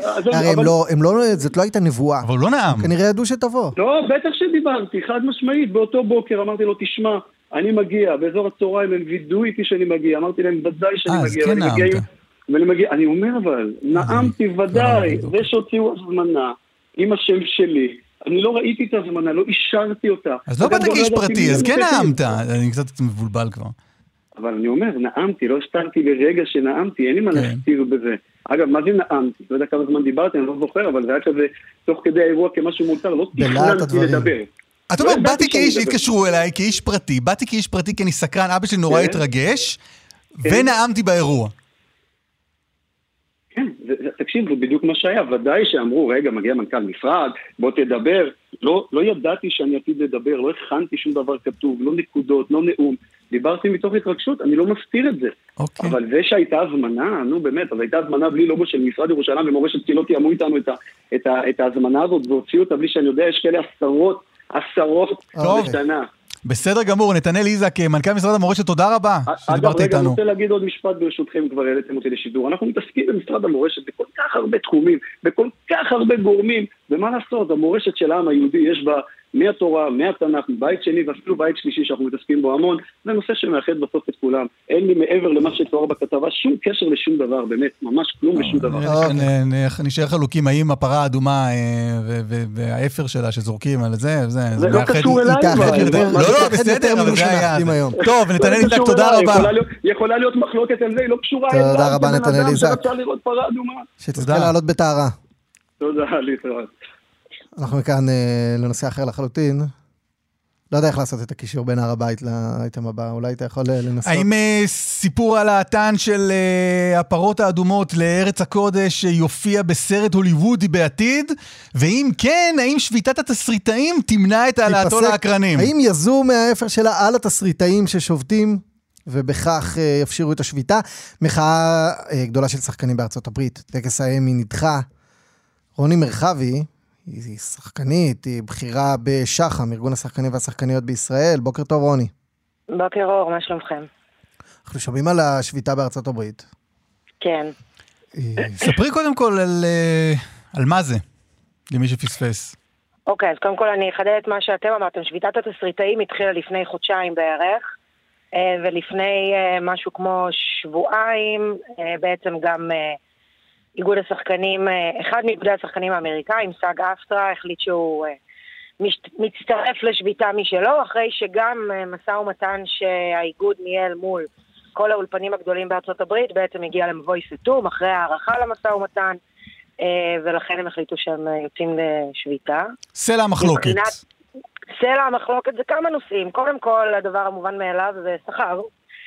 הרי זאת לא הייתה נבואה. אבל הוא לא נעם. כנראה ידעו שתבוא. לא, בטח שדיברתי, חד משמעית. באותו בוקר אמרתי לו, תשמע, אני מגיע, באזור הצהריים הם וידאו איתי שאני מגיע. אמרתי להם, ודאי שאני מגיע. אז כן נעמת. אני אומר אבל, נעמתי ודאי, זה שהוציאו הזמנה עם השם שלי. אני לא ראיתי את הזמנה, לא אישרתי אותה. אז לא באת כאיש פרטי, אז כן נעמת. אני קצת מבולבל כבר. אבל אני אומר, נעמתי, לא הסתרתי לרגע שנעמתי, אין לי מה להסתיר בזה. אגב, מה זה נעמתי? לא יודע כמה זמן דיברתי, אני לא זוכר, אבל זה היה כזה, תוך כדי האירוע כמשהו מותר, לא תכננתי לדבר. אתה אומר, באתי כאיש, התקשרו אליי, כאיש פרטי, באתי כאיש פרטי כי אני סקרן, אבא שלי נורא התרגש, ונעמתי באירוע. כן, תקשיב, זה בדיוק מה שהיה, ודאי שאמרו, רגע, מגיע מנכ"ל משרד, בוא תדבר, לא ידעתי שאני עתיד לדבר, לא הכנתי שום דבר כתוב, לא נקודות, לא נאום, דיברתי מתוך התרגשות, אני לא מסתיר את זה. אבל זה שהייתה הזמנה, נו באמת, אז הייתה הזמנה בלי לוגו של משרד ירושלים ומורשת קהילות תיאמו איתנו את ההזמנה הזאת, והוציאו אותה בלי שאני יודע, יש כאלה עשרות בשנה. בסדר גמור, נתנאל איזק, מנכ"ל משרד המורשת, תודה רבה שדיברת איתנו. אני רוצה להגיד עוד משפט ברשותכם, כבר העליתם אותי לשידור. אנחנו מתעסקים במשרד המורשת בכל כך הרבה תחומים, בכל כך הרבה גורמים, ומה לעשות, המורשת של העם היהודי יש בה מהתורה, מהתנ"ך, בית שני ואפילו בית שלישי שאנחנו מתעסקים בו המון, זה נושא שמאחד בסוף את כולם. אין לי מעבר למה שתואר בכתבה שום קשר לשום דבר, באמת, ממש כלום ושום דבר. נשאר חלוקים, האם הפרה האדומה והאפר שלה שזורקים על זה, זה לא קשור אליי. לא, בסדר, אבל זה היה. טוב, נתנאל איזק, תודה רבה. יכולה להיות מחלוקת על זה, היא לא קשורה אליי. תודה רבה, נתנאל איזק. שרצה לראות פרה אדומה. שתזכה לעלות בטהרה. תודה, להתראות. אנחנו מכאן לנושא אחר לחלוטין. לא יודע איך לעשות את הקישור בין הר הבית לאייטם הבא, אולי אתה יכול לנסות. האם סיפור על העתן של הפרות האדומות לארץ הקודש יופיע בסרט הוליוודי בעתיד? ואם כן, האם שביתת התסריטאים תמנע את העלאתו לאקרנים? האם יזו מהאפר שלה על התסריטאים ששובתים, ובכך יפשירו את השביתה? מחאה גדולה של שחקנים בארצות הברית. טקס האמי נדחה. רוני מרחבי, היא שחקנית, היא בחירה בשח"ם, ארגון השחקנים והשחקניות בישראל. בוקר טוב, רוני. בוקר אור, מה שלומכם? אנחנו שומעים על השביתה בארצות הברית. כן. ספרי קודם כל על מה זה, למי שפספס. אוקיי, אז קודם כל אני אחדד את מה שאתם אמרתם. שביתת התסריטאים התחילה לפני חודשיים בערך, ולפני משהו כמו שבועיים, בעצם גם איגוד השחקנים, אחד מאיגודי השחקנים האמריקאים, סאג אפטרה, החליט שהוא מצטרף לשביתה משלו, אחרי שגם משא ומתן שהאיגוד ניהל מול כל האולפנים הגדולים בארצות הברית, בעצם הגיע למבוי סתום, אחרי הערכה למשא ומתן, ולכן הם החליטו שהם יוצאים לשביתה. סלע המחלוקת. סלע המחלוקת זה כמה נושאים. קודם כל, הדבר המובן מאליו זה שכר,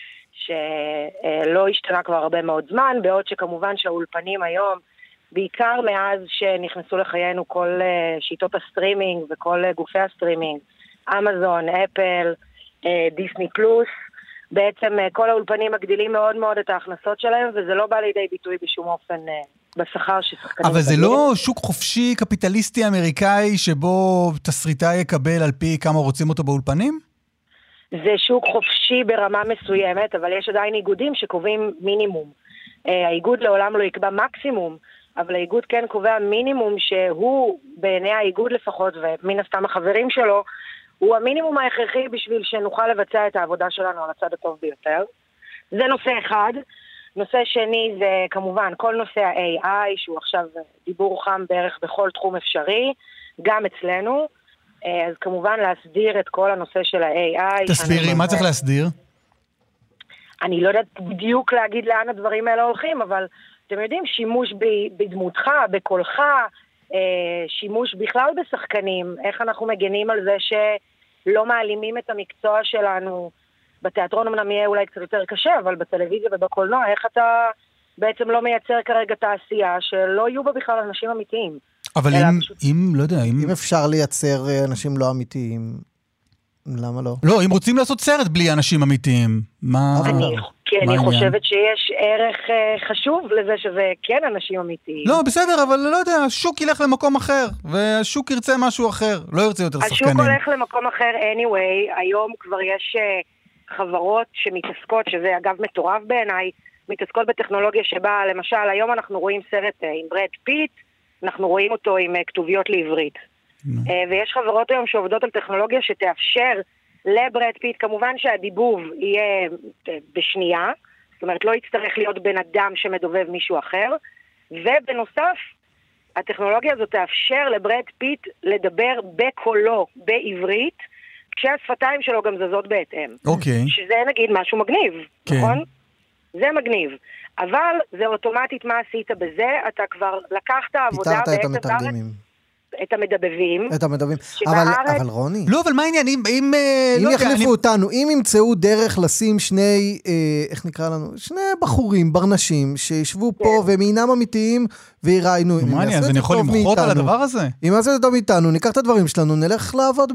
שלא השתנה כבר הרבה מאוד זמן, בעוד שכמובן שהאולפנים היום, בעיקר מאז שנכנסו לחיינו כל שיטות הסטרימינג וכל גופי הסטרימינג, אמזון, אפל, דיסני פלוס, בעצם כל האולפנים מגדילים מאוד מאוד את ההכנסות שלהם, וזה לא בא לידי ביטוי בשום אופן בשכר ששחקנים... אבל זה לא שוק חופשי קפיטליסטי אמריקאי שבו תסריטאי יקבל על פי כמה רוצים אותו באולפנים? זה שוק חופשי ברמה מסוימת, אבל יש עדיין איגודים שקובעים מינימום. האיגוד לעולם לא יקבע מקסימום, אבל האיגוד כן קובע מינימום שהוא, בעיני האיגוד לפחות, ומן הסתם החברים שלו, הוא המינימום ההכרחי בשביל שנוכל לבצע את העבודה שלנו על הצד הטוב ביותר. זה נושא אחד. נושא שני זה כמובן כל נושא ה-AI, שהוא עכשיו דיבור חם בערך בכל תחום אפשרי, גם אצלנו. אז כמובן להסדיר את כל הנושא של ה-AI. תסבירי, מה צריך להסדיר? אני לא יודעת בדיוק להגיד לאן הדברים האלה הולכים, אבל אתם יודעים, שימוש בדמותך, בקולך, שימוש בכלל בשחקנים, איך אנחנו מגנים על זה שלא מעלימים את המקצוע שלנו, בתיאטרון אמנם יהיה אולי קצת יותר קשה, אבל בטלוויזיה ובקולנוע, איך אתה בעצם לא מייצר כרגע תעשייה שלא יהיו בה בכלל אנשים אמיתיים. אבל אם, לא יודע, אם אפשר לייצר אנשים לא אמיתיים, למה לא? לא, אם רוצים לעשות סרט בלי אנשים אמיתיים, מה... אני חושבת שיש ערך חשוב לזה שזה כן אנשים אמיתיים. לא, בסדר, אבל לא יודע, השוק ילך למקום אחר, והשוק ירצה משהו אחר, לא ירצה יותר שחקנים. השוק הולך למקום אחר anyway, היום כבר יש חברות שמתעסקות, שזה אגב מטורף בעיניי, מתעסקות בטכנולוגיה שבה, למשל, היום אנחנו רואים סרט עם ברד פיט, אנחנו רואים אותו עם כתוביות לעברית. ויש חברות היום שעובדות על טכנולוגיה שתאפשר לברד פיט, כמובן שהדיבוב יהיה בשנייה, זאת אומרת לא יצטרך להיות בן אדם שמדובב מישהו אחר, ובנוסף, הטכנולוגיה הזאת תאפשר לברד פיט לדבר בקולו בעברית, כשהשפתיים שלו גם זזות בהתאם. אוקיי. שזה נגיד משהו מגניב, נכון? זה מגניב. אבל זה אוטומטית מה עשית בזה, אתה כבר לקחת עבודה פיתרת את המתרגמים. את המדבבים. את המדבבים. אבל רוני. לא, אבל מה העניין? אם יחליפו אותנו, אם ימצאו דרך לשים שני, איך נקרא לנו? שני בחורים, ברנשים, שישבו פה והם אינם אמיתיים ויראיינו. מה העניין? אז אני יכול למחות על הדבר הזה? אם זה טוב איתנו, ניקח את הדברים שלנו, נלך לעבוד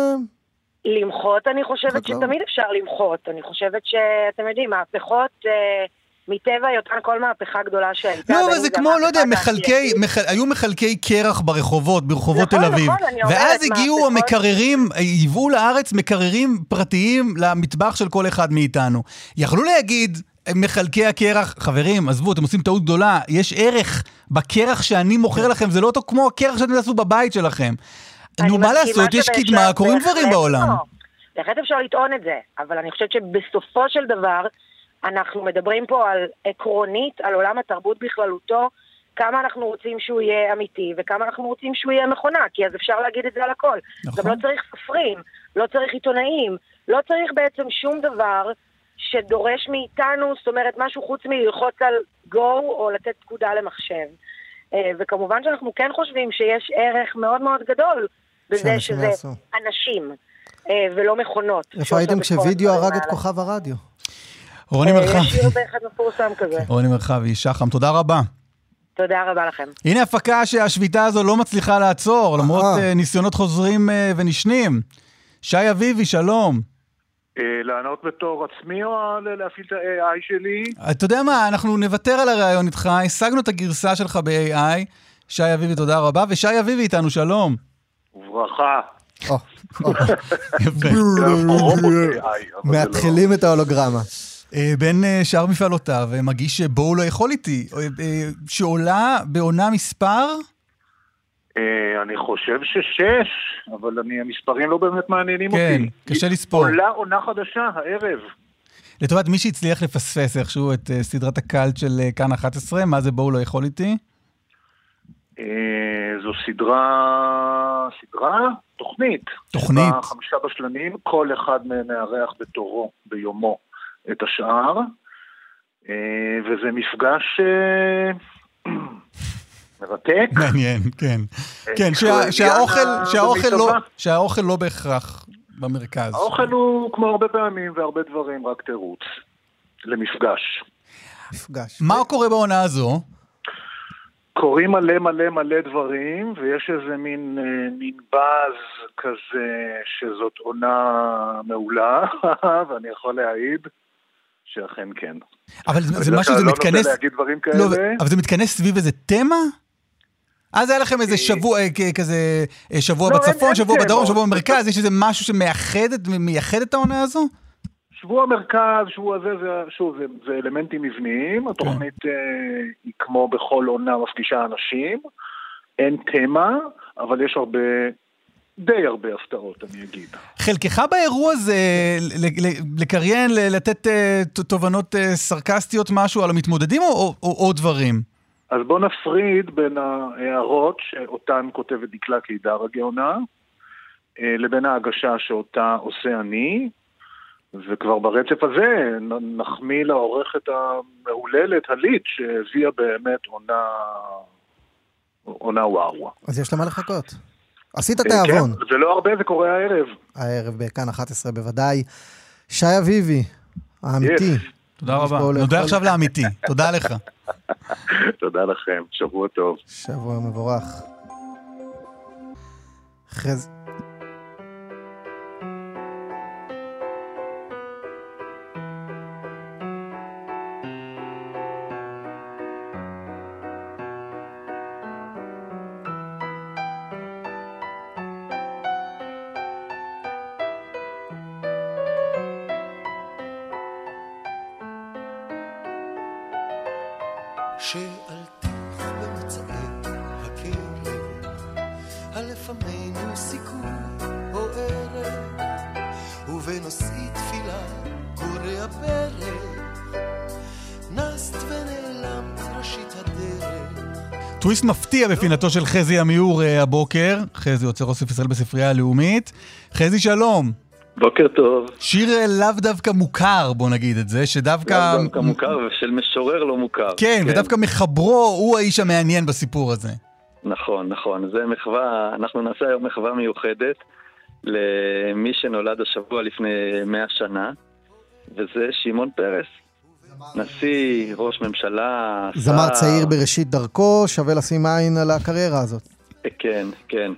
למחות, אני חושבת שתמיד אפשר למחות. אני חושבת שאתם יודעים, מהפכות מטבע היותן כל מהפכה גדולה שהייתה. לא, אבל זה כמו, לא יודע, היו מחלקי קרח ברחובות תל אביב. ואז הגיעו המקררים, היוו לארץ מקררים פרטיים למטבח של כל אחד מאיתנו. יכלו להגיד, מחלקי הקרח, חברים, עזבו, אתם עושים טעות גדולה, יש ערך בקרח שאני מוכר לכם, זה לא אותו כמו הקרח שאתם תעשו בבית שלכם. נו, מה לעשות? יש קדמה, קוראים דברים בעולם. בהחלט אפשר לטעון את זה, אבל אני חושבת שבסופו של דבר, אנחנו מדברים פה על עקרונית, על עולם התרבות בכללותו, כמה אנחנו רוצים שהוא יהיה אמיתי, וכמה אנחנו רוצים שהוא יהיה מכונה, כי אז אפשר להגיד את זה על הכל. נכון. גם לא צריך סופרים, לא צריך עיתונאים, לא צריך בעצם שום דבר שדורש מאיתנו, זאת אומרת, משהו חוץ מללחוץ על go או לתת פקודה למחשב. וכמובן שאנחנו כן חושבים שיש ערך מאוד מאוד גדול בזה שזה אנשים ולא מכונות. איפה הייתם כשווידאו הרג את כוכב הרדיו? רוני מרחבי. יש שיר באחד מפורסם כזה. רוני מרחבי, שחם, תודה רבה. תודה רבה לכם. הנה הפקה שהשביתה הזו לא מצליחה לעצור, למרות ניסיונות חוזרים ונשנים. שי אביבי, שלום. לענות בתור עצמי או להפעיל את ה-AI שלי? אתה יודע מה, אנחנו נוותר על הרעיון איתך, השגנו את הגרסה שלך ב-AI. שי אביבי, תודה רבה, ושי אביבי איתנו, שלום. וברכה. יפה. מאתחילים את ההולוגרמה. בין שאר מפעלותיו, מגיש בואו לא יכול איתי, שעולה בעונה מספר? אני חושב ש6, אבל המספרים לא באמת מעניינים אותי. כן, קשה לספור. עונה חדשה, הערב. לטובת מי שהצליח לפספס איכשהו את סדרת הקלט של כאן 11, מה זה בואו לא יכול איתי? זו סדרה, תוכנית. תוכנית. 5 בשלנים, כל אחד מארח בתורו, ביומו, את השאר, וזה מפגש מרתק. מעניין, כן. כן, שהאוכל לא בהכרח במרכז. האוכל הוא כמו הרבה פעמים והרבה דברים, רק תירוץ למפגש. מה קורה בעונה הזו? קוראים מלא דברים, ויש איזה מין באז כזה שזאת עונה מעולה, ואני יכול להעיד שאכן כן. אבל זה משהו, זה מתכנס... לא נוטה להגיד דברים כאלה. אבל זה מתכנס סביב איזה תמה? אז היה לכם איזה שבוע, כזה שבוע בצפון, שבוע בדרום, שבוע במרכז, יש איזה משהו שמייחד את העונה הזו? שבוע מרכז, שבוע זה, שוב, זה אלמנטים מבניים, התוכנית היא כמו בכל עונה מפגישה אנשים, אין תמה, אבל יש די הרבה הפתעות, אני אגיד. חלקך באירוע הזה, לקריין, לתת תובנות סרקסטיות משהו על המתמודדים או דברים? אז בוא נפריד בין ההערות שאותן כותבת דקלה קידר הגאונה, לבין ההגשה שאותה עושה אני, וכבר ברצף הזה נחמיא לעורכת המהוללת, הלית, שהביאה באמת עונה וואו. אז יש למה לחכות. עשית תאבון. כן, זה לא הרבה, זה קורה הערב. הערב בכאן 11 בוודאי. שי אביבי, האמיתי. תודה רבה. נודה עכשיו לאמיתי. תודה לך. תודה לכם. שבוע טוב. שבוע מבורך. שאלתיך במצעי הכלב, הלפנינו סיכוי או ערב, ובנושאי תפילה קורא הפרק, נסת ונעלמת ראשית הדרך. טוויסט מפתיע בפינתו של חזי עמיור הבוקר, חזי יוצר אוסף ישראל בספרייה הלאומית. חזי שלום. בוקר טוב. שיר לאו דווקא מוכר, בוא נגיד את זה, שדווקא... לאו דווקא מוכר ושל משורר לא מוכר. כן, ודווקא מחברו הוא האיש המעניין בסיפור הזה. נכון, נכון. זה מחווה, אנחנו נעשה היום מחווה מיוחדת למי שנולד השבוע לפני 100 שנה, וזה שמעון פרס. נשיא, ראש ממשלה, שר... זמר צעיר בראשית דרכו, שווה לשים עין על הקריירה הזאת. כן, כן.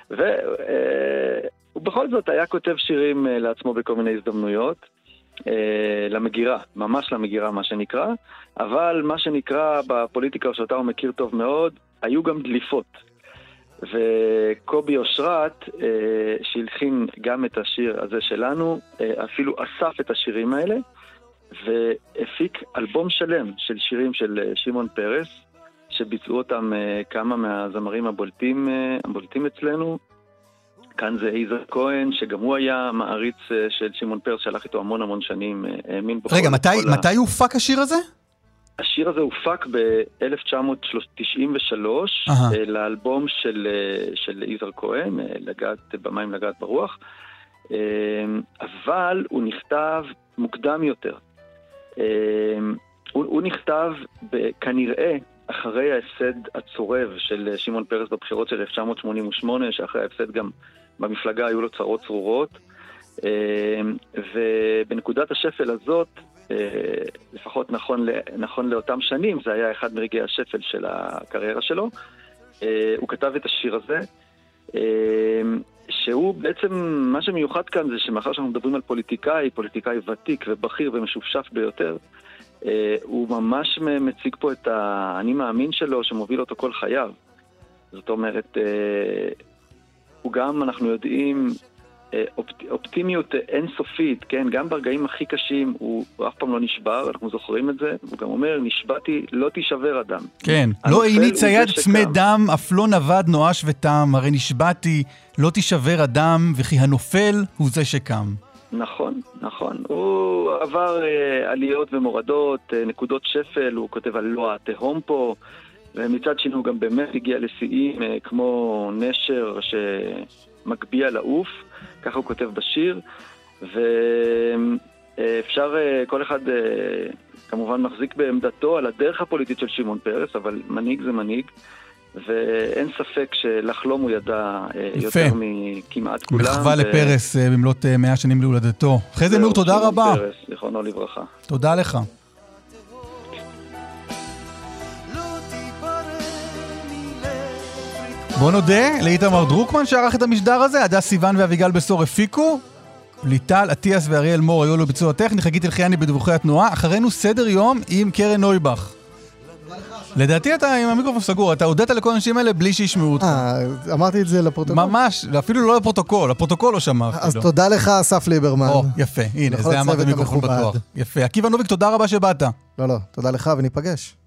ובכל זאת היה כותב שירים לעצמו בכל מיני הזדמנויות, למגירה, ממש למגירה מה שנקרא, אבל מה שנקרא בפוליטיקה שאותה הוא מכיר טוב מאוד, היו גם דליפות. וקובי אושרת, שהלחין גם את השיר הזה שלנו, אפילו אסף את השירים האלה, והפיק אלבום שלם של שירים של שמעון פרס, שביצעו אותם כמה מהזמרים הבולטים אצלנו, כאן זה יזהר כהן, שגם הוא היה מעריץ של שמעון פרס, שהלך איתו המון שנים, האמין בכל... רגע, מתי הופק השיר הזה? השיר הזה הופק ב-1993 לאלבום של יזהר כהן, במים לגעת ברוח, אבל הוא נכתב מוקדם יותר. הוא נכתב כנראה אחרי ההפסד הצורב של שמעון פרס בבחירות של 1988, שאחרי ההפסד גם במפלגה היו לו צרות צרורות, ובנקודת השפל הזאת, לפחות נכון לאותם שנים, זה היה אחד מרגעי השפל של הקריירה שלו, הוא כתב את השיר הזה, שהוא בעצם, מה שמיוחד כאן זה שמאחר שאנחנו מדברים על פוליטיקאי ותיק ובכיר ומשופשף ביותר, הוא ממש מציג פה את האני מאמין שלו שמוביל אותו כל חייו. זאת אומרת, הוא גם, אנחנו יודעים, אופטימיות אינסופית, כן? גם ברגעים הכי קשים הוא אף פעם לא נשבר, אנחנו זוכרים את זה, הוא גם אומר, נשבעתי, לא תישבר אדם. כן, לא איני צייד צמא דם, אף לא נבד נואש ותם, הרי נשבעתי, לא תישבר אדם, וכי הנופל הוא זה שקם. נכון. הוא עבר עליות ומורדות, נקודות שפל, הוא כותב על לא התהום פה, ומצד שני הוא גם באמת הגיע לשיאים כמו נשר שמגביע לעוף, ככה הוא כותב בשיר, ואפשר, כל אחד כמובן מחזיק בעמדתו על הדרך הפוליטית של שמעון פרס, אבל מנהיג זה מנהיג, ואין ספק שלחלום הוא ידע יותר מכמעט כולם. מחווה לפרס במלאת 100 שנים להולדתו. חזי נור, תודה רבה. פרס, זיכרונו לברכה. תודה לך. בוא נודה לאיתמר דרוקמן שערך את המשדר הזה, הדס סיוון ואביגל בסור הפיקו, ליטל, עטיאס ואריאל מור היו לו ביצוע טכני, חגית אלחיאני בדיווחי התנועה, אחרינו סדר יום עם קרן נויבך. לדעתי אתה עם המיקרופון סגור, אתה הודעת לכל האנשים האלה בלי שישמעו אותך. אמרתי את זה לפרוטוקול. ממש, אפילו לא לפרוטוקול, הפרוטוקול לא שמע. אז תודה לך אסף ליברמן. יפה, הנה, זה אמרת מיקרופון בטוח. יפה, עקיבא נוביק, תודה רבה שבאת. לא, תודה לך וניפגש.